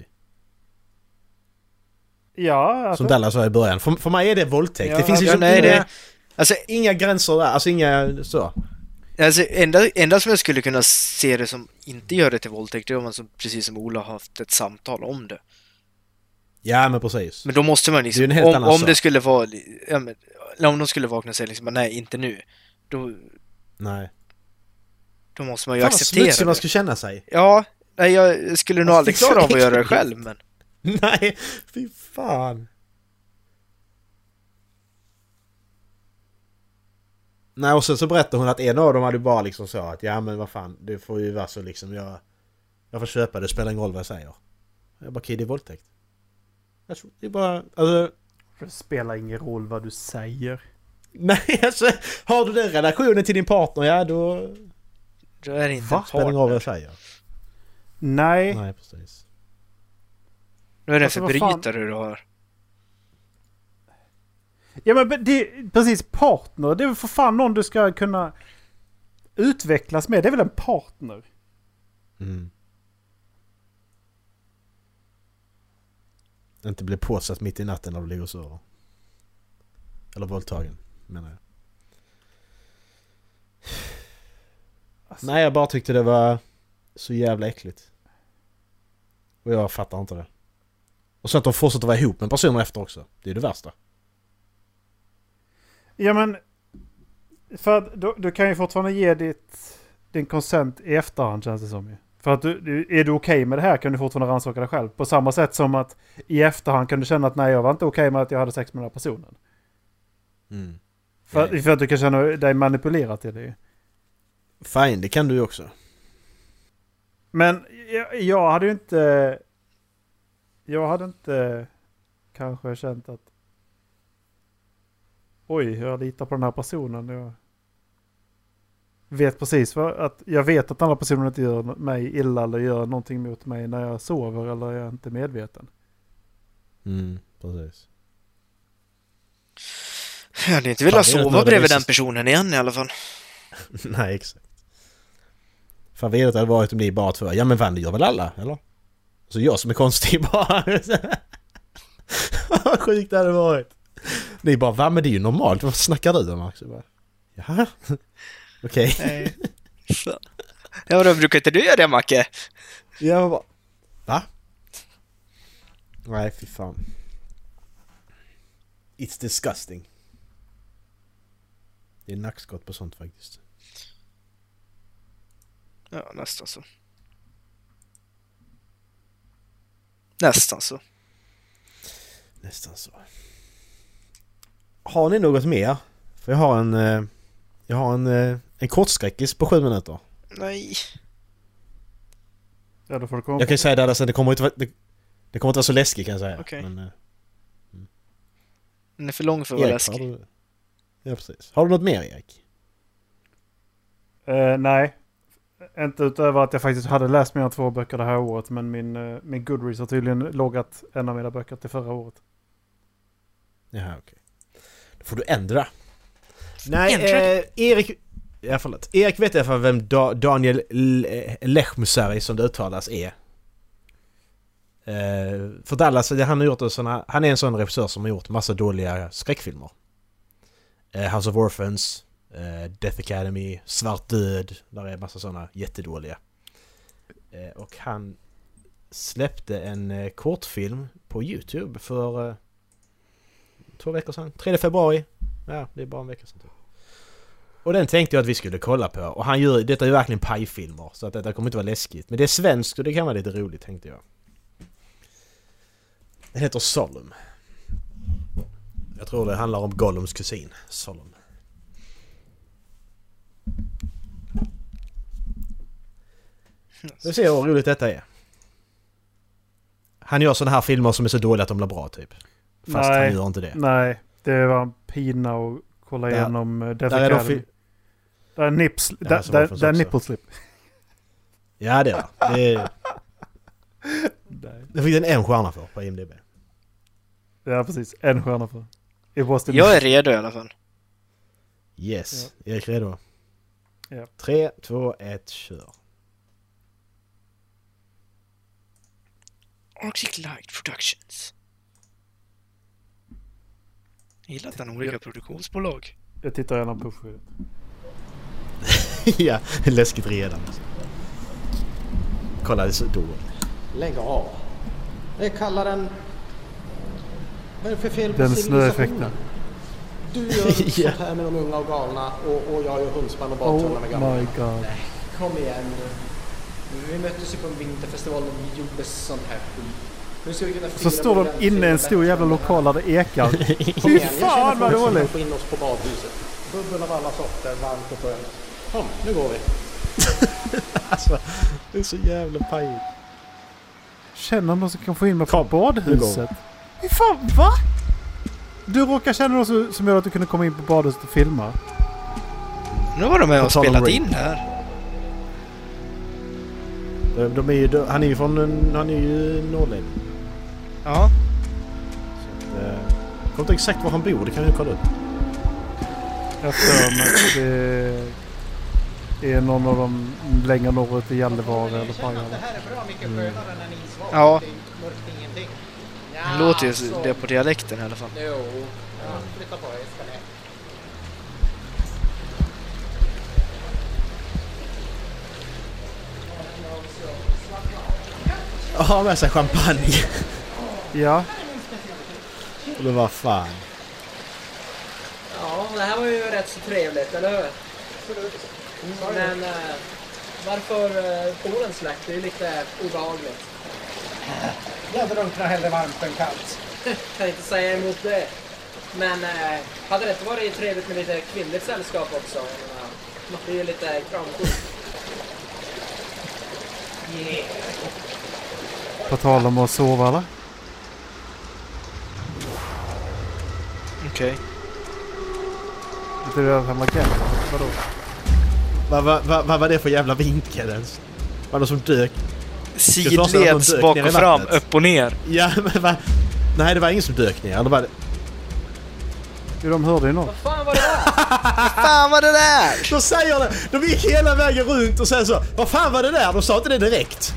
Ja, alltså. Som Dallas sa i början. För mig är det våldtäkt. Ja, det finns ju inga gränser där. Alltså inga så. Alltså enda som jag skulle kunna se det som inte gör det till våldtäkt, det är om man precis som Ola har haft ett samtal om det. Ja, men precis. Men då måste man liksom, om det skulle vara, om de skulle vakna och säga liksom, nej, inte nu. Nej. Då måste man ju acceptera det. Man ska känna sig. Ja, nej, jag skulle nog aldrig klara av att göra det själv, men... Nej, fy fan. Nej, och sen så berättade hon att en av dem hade bara liksom så att ja men vad fan, det får ju vara så liksom jag får köpa det, spelar ingen roll vad jag säger. Jag bara, okej, det är våldtäkt. Jag tror det är bara, alltså... Det spelar ingen roll vad du säger. Nej, alltså, har du den relationen till din partner, ja då är det inte en spelar ingen roll vad jag säger. Nej, precis. Nu är det en Alltså, förbrytare du har. Ja men precis, partner. Det är väl för fan någon du ska kunna utvecklas med. Det är väl en partner. Mm. Inte bli påsatt mitt i natten när du ligger och sover. Eller våldtagen, menar jag. Alltså. Nej, jag bara tyckte det var så jävla äckligt. Och jag fattar inte det. Och så att de fortsätter vara ihop med personer efter också. Det är det värsta. Ja men för att du kan ju fortfarande ge din konsent i efterhand, känns det som ju. För att är du okej med det här kan du fortfarande rannsaka dig själv. På samma sätt som att i efterhand kan du känna att nej, jag var inte okej med att jag hade sex med den här personen. Mm. För att du kan känna dig manipulerad till det. Fine, det kan du ju också. Men jag hade ju inte... Jag hade inte kanske känt att... Oj, jag litar på den här personen. Jag vet precis att jag vet att andra personer inte gör mig illa eller gör någonting mot mig när jag sover eller jag är inte medveten. Mm, precis. Jag hade inte velat sova bredvid den personen igen i alla fall. Nej, exakt. Fan, vet att det hade varit om ni bara två. Ja, men vad gör väl alla, eller? Så jag som är konstig bara. Vad sjukt det hade varit. Ni bara, va? Men det är ju normalt. Vad snackar du om, Max? Jaha. Okej. Nej. Ja, då brukar inte du göra det, Macke? Jag bara, va? Nej, fy fan. It's disgusting. Det är nackskott på sånt faktiskt. Ja, nästan så. Nästan så. Nästan så. Har ni något mer? För jag har en kortskräckis på 7 minuter. Nej. Ja, då får du komma. Jag kan ju säga det där sen, det kommer inte vara så läskigt kan jag säga. Okej. Men, Den är för lång för att vara läskig. Ja, precis. Har du något mer, Erik? Nej. Inte utöver att jag faktiskt hade läst mer än 2 böcker det här året. Men min Goodreads har tydligen loggat en av mina böcker till förra året. Jaha, okej. Då får du ändra. Nej, Erik... Ja, förlåt. Erik vet i alla fall vem Daniel Lechmusari som det uttalas är. För Dallas, han har gjort han är en sån regissör som har gjort massa dåliga skräckfilmer. House of Orphans, Death Academy, Svart död, där är massa såna jättedåliga. Och han släppte en kortfilm på YouTube för 2 veckor sedan. 3 februari. Ja, det är bara en vecka sedan. Och den tänkte jag att vi skulle kolla på. Och detta är ju verkligen pajfilmer, så att detta kommer inte vara läskigt. Men det är svenskt och det kan vara lite roligt, tänkte jag. Den heter Solemn. Jag tror det handlar om Gollums kusin, Solemn. Vi ser hur roligt detta är. Han gör sådana här filmer som är så dåliga att de blir bra, typ. Fast han gör inte det. Nej, det var en pina att kolla igenom Death Academy. Där är nippelslip. Ja, det är det fick den 1 stjärna för på IMDb. Ja, precis. 1 stjärna för. Jag är redo i alla fall. Yes, ja. Erik redo? Ja. 3, 2, 1, kör. Arctic Light Productions. Jag gillar att den har olika produktionsbolag. Jag tittar gärna på skyddet. Ja, läskigt redan. Kolla, det är så dåligt. Lägg av. Jag kallar den... Vad är det för fel på den snöeffekten. Du gör sånt här med de unga och galna och jag gör hundspann och badtunna med gamla. Oh my god. Nej, kom igen nu. Vi möttes ju på en vinterfestival och vi gjorde sånt här skit. Nu ska vi kunna så står de inne i en stor jävla lokal där det ekar. Fy fan vad dåligt. Få in oss på badhuset. bubbel av alla sorter, varmt och skönt. Kom, nu går vi. Alltså, det är så jävla pajigt. Känner någon som kan få in mig på badhuset? Fy fan, va? Du råkar känna någon som gör att du kunde komma in på badhuset och filma? Nu var de med och spelat in här. De är ju, han är ju norrlänning. Ja. Så att, jag kommer inte exakt var han bor, det kan vi kolla upp. Jag tror att det är någon av dem längre norrut i Gällivare eller Pajala. Det här är bra mycket skönare än en isvak. Ja. Det mörkt ingenting. Det låter ju det på dialekten i alla fall. Jo. Ja, flytta på dig, jag ska ner. Ha med sig champagne. Ja. Eller vad fan. Ja, det här var ju rätt så trevligt, eller hur? Men varför polen släckt? Det är ju lite obehagligt. Jag drunknar hellre varmt än kallt. Kan inte säga emot det. Men hade det inte varit trevligt med lite kvinnligt sällskap också? Det är ju lite kramkort. Yeah. På tal om att sova, eller? Okej. Det är han var gäll. Vadå? Vad var det för jävla vinkel ens? Var det som dök? Sidleds bak och fram, upp och ner. Ja, men nej, det var ingen som dök ner. Det var det. Jo, de hörde ju något. Vad fan var det där? Vad fan var det där? De säger det. De gick hela vägen runt och säger så. Vad fan var det där? De sa inte det direkt.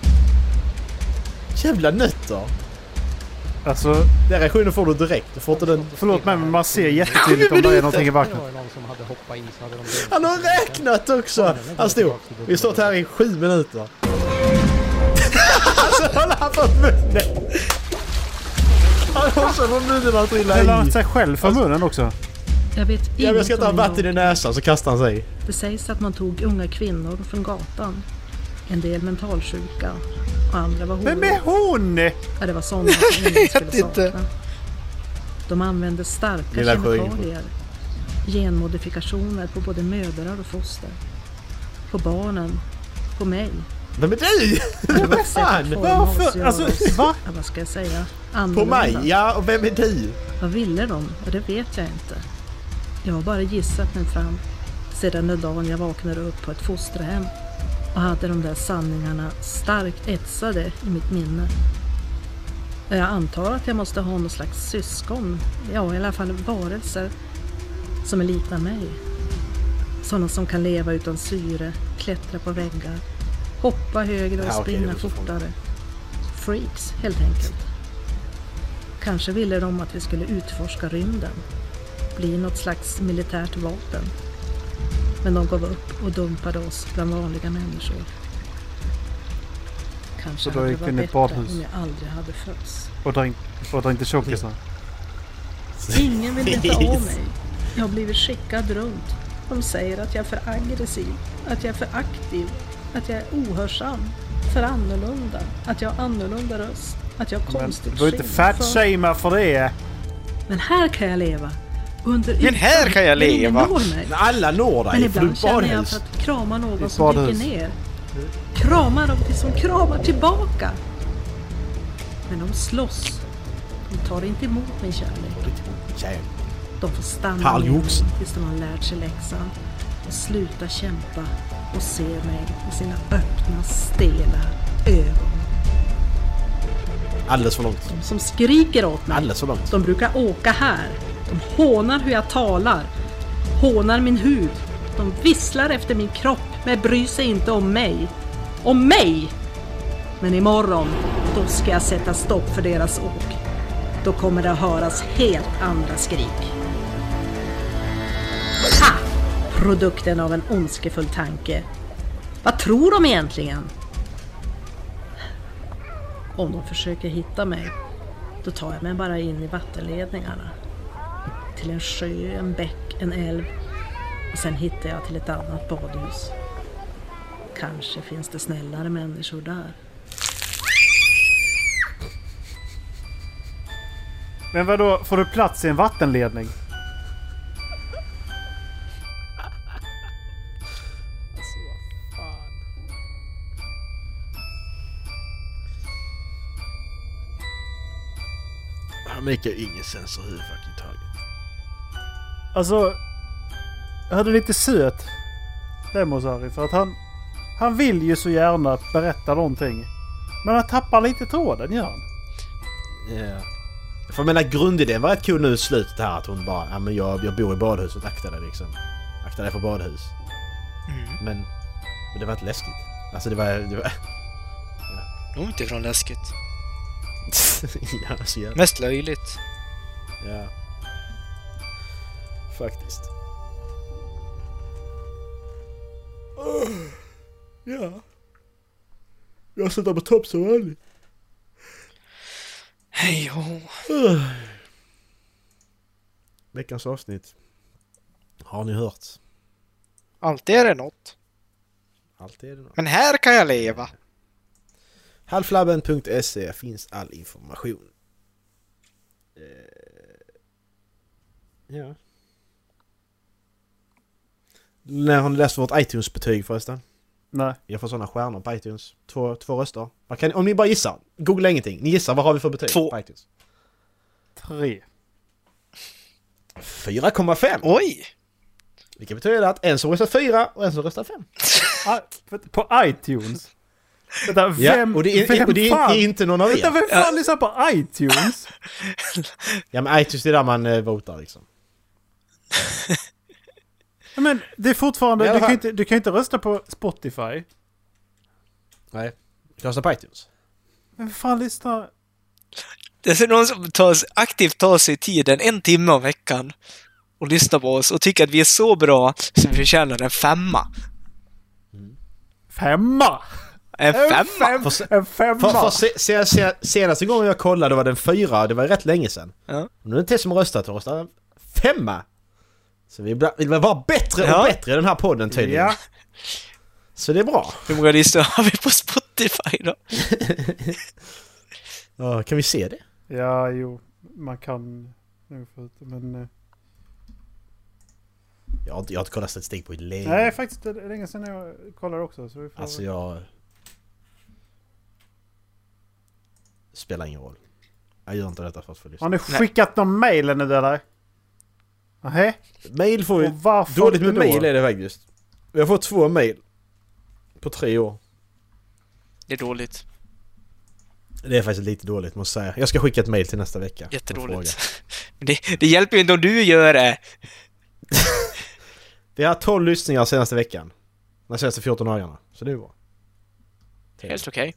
Jävla nötter. Alltså, den reaktionen får du direkt. Du får inte den. Förlåt mig, men man ser jättetydligt om det är någonting i vattnet. Han har räknat också. Han stod. Vi har stått här i 7 minuter. Alltså, håller han på munnen. Han har också på munnen att trilla i. Eller han sig själv för munnen också. Jag vet inget. Jag ska ta vatten i näsan så kastar han sig. Det sägs att man tog unga kvinnor från gatan. En del mentalsjuka och andra var horor. Vem är hon? Ja, det var sådana som ingen skulle sakna. De använde starka kemikalier. Genmodifikationer på både mödrar och foster. På barnen. På mig. Vem är du? Vad fan? Varför? Alltså, va? Ja, vad ska jag säga? Annorlunda. På mig? Ja, och vem är du? Vad ville de? Och det vet jag inte. Jag har bara gissat mig fram sedan den dagen jag vaknade upp på ett fosterhem och hade de där sanningarna starkt etsade i mitt minne. Jag antar att jag måste ha någon slags syskon, ja i alla fall varelser som är liknar mig. Sådana som kan leva utan syre, klättra på väggar, hoppa högre och springa fortare. Freaks, helt enkelt. Kanske ville de att vi skulle utforska rymden, bli något slags militärt vapen. Men de gav upp och dumpade oss bland vanliga människor. Kanske hade det varit bättre om jag aldrig hade fötts. Och inte tjockisar. Ingen vill veta av mig. Jag har blivit skickad runt. De säger att jag är för aggressiv, att jag är för aktiv, att jag är ohörsam, för annorlunda, att jag har annorlunda röst, att jag har konstigt du är inte fat-shamer för det. Men här kan jag leva. Men här kan jag leva. Alla når dig. Men ibland känner jag för att krama någon som dyker ner. Krama dem tills de kramar tillbaka. Men de slåss. De tar inte emot min kärlek. De får stanna tills de har lärt sig läxan och sluta kämpa och se mig med sina öppna, stela ögon. Alldeles för långt. De som skriker åt mig. Alldeles för långt. De brukar åka här. De hånar hur jag talar. Hånar min hud. De visslar efter min kropp. Men bryr sig inte om mig. Om mig! Men imorgon, då ska jag sätta stopp för deras åk. Då kommer det att höras helt andra skrik. Ha! Produkten av en ondskefull tanke. Vad tror de egentligen? Om de försöker hitta mig, då tar jag mig bara in i vattenledningarna. Till en sjö, en bäck, en älv. Och sen hittar jag till ett annat badhus. Kanske finns det snällare människor där. Men vadå, får du plats i en vattenledning? make ingen sens överhuvudtaget. Alltså, jag hade lite söt det Mosari, för att han vill ju så gärna berätta någonting. Men han tappar lite tråden, gör han. Ja. För jag menar, grundidén var rätt kul nu i slutet här, att hon bara, ja men jag bor i badhuset, akta dig liksom. Akta dig för badhus. Men det var inte läskigt. Alltså det var ja. Långt ifrån läskigt. Ja, så jävla. Mest löjligt. Ja. Faktiskt. Ja. Jag sätter på topp som vanligt. Hej ho. Veckans avsnitt. Har ni hört? Alltid är det något. Alltid är det något. Men här kan jag leva. Halflabben.se finns all information. Ja. När har ni läst vårt iTunes-betyg förresten? Nej. Jag får sådana stjärnor på iTunes. Två röster. Om ni bara gissar. Googla ingenting. Ni gissar, vad har vi för betyg 2. på iTunes? 3. 4,5. Oj! Vilket betyder att en som röstar 4 och en som röstar 5. På iTunes? Vänta, och det är inte någon av er. Vänta, vem fan lyssnar på iTunes? Ja, men iTunes, det är där man votar liksom. Men det är fortfarande... Du kan inte rösta på Spotify. Nej, du röstar på iTunes. Men vem fan lyssnar... Det är någon som aktivt tar sig tiden 1 timme om veckan och lyssnar på oss och tycker att vi är så bra så vi förtjänar en 5. 5? En 5? Senaste gången jag kollade var den 4. Det var rätt länge sedan. Ja. Nu är det inte som röstat. De röstar 5. Så vi vill vara bättre och bättre i den här podden tydligen. Ja. Så det är bra. Hur många listor har vi på Spotify då? Ja, kan vi se det? Ja, jo. Man kan... Men... Jag har inte kollat statistik på länge. Nej, faktiskt det är länge sedan jag kollade också. Så vi får... Alltså jag... Spelar ingen roll. Jag gör inte detta för att få lyssna. Har ni skickat någon mail nu eller? Nej. Mail får vi... Dåligt med mail är det faktiskt. Vi har fått 2 mail. På 3 år. Det är dåligt. Det är faktiskt lite dåligt, måste jag säga. Jag ska skicka ett mail till nästa vecka. Jättedåligt. Men det hjälper ju inte om du gör det. Vi har 12 lyssningar senaste veckan. De senaste 14 dagarna. Så det är bra. Helt okej.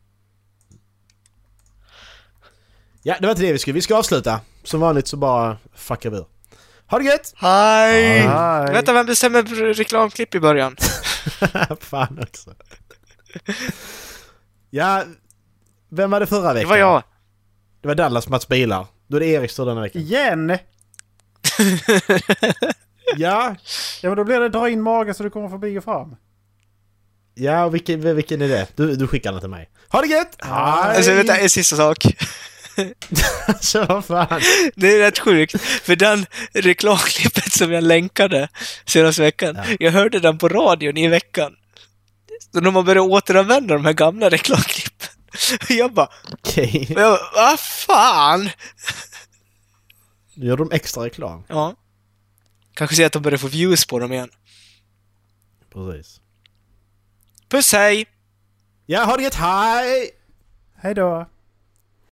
Ja, det var inte det vi skulle. Vi ska avsluta. Som vanligt så bara fuckar vi. Ha det gött! Hej! Vänta, vem bestämmer reklamklipp i början? Fan också. Ja, vem var det förra veckan? Det var jag. Det var Dallas Mats Bilar. Då är det Erik står denna veckan. Igen! Ja, men då blir det dra in magen så du kommer förbi och fram. Ja, vilken är det? Du skickar den till mig. Ha det gött! Hej! Alltså, vänta, en sista sak. Så vad fan? Det är rätt sjukt. För den reklamklippet som jag länkade senaste veckan. Ja. Jag hörde den på radion i veckan. Så när man började återanvända de här gamla reklamklippen. Jag bara... Okej. Vad fan? Nu gör de extra reklam. Ja. Kanske se att de börjar få views på dem igen. Precis. Puss, hej! Ja, ha det gött, hej! Hej då!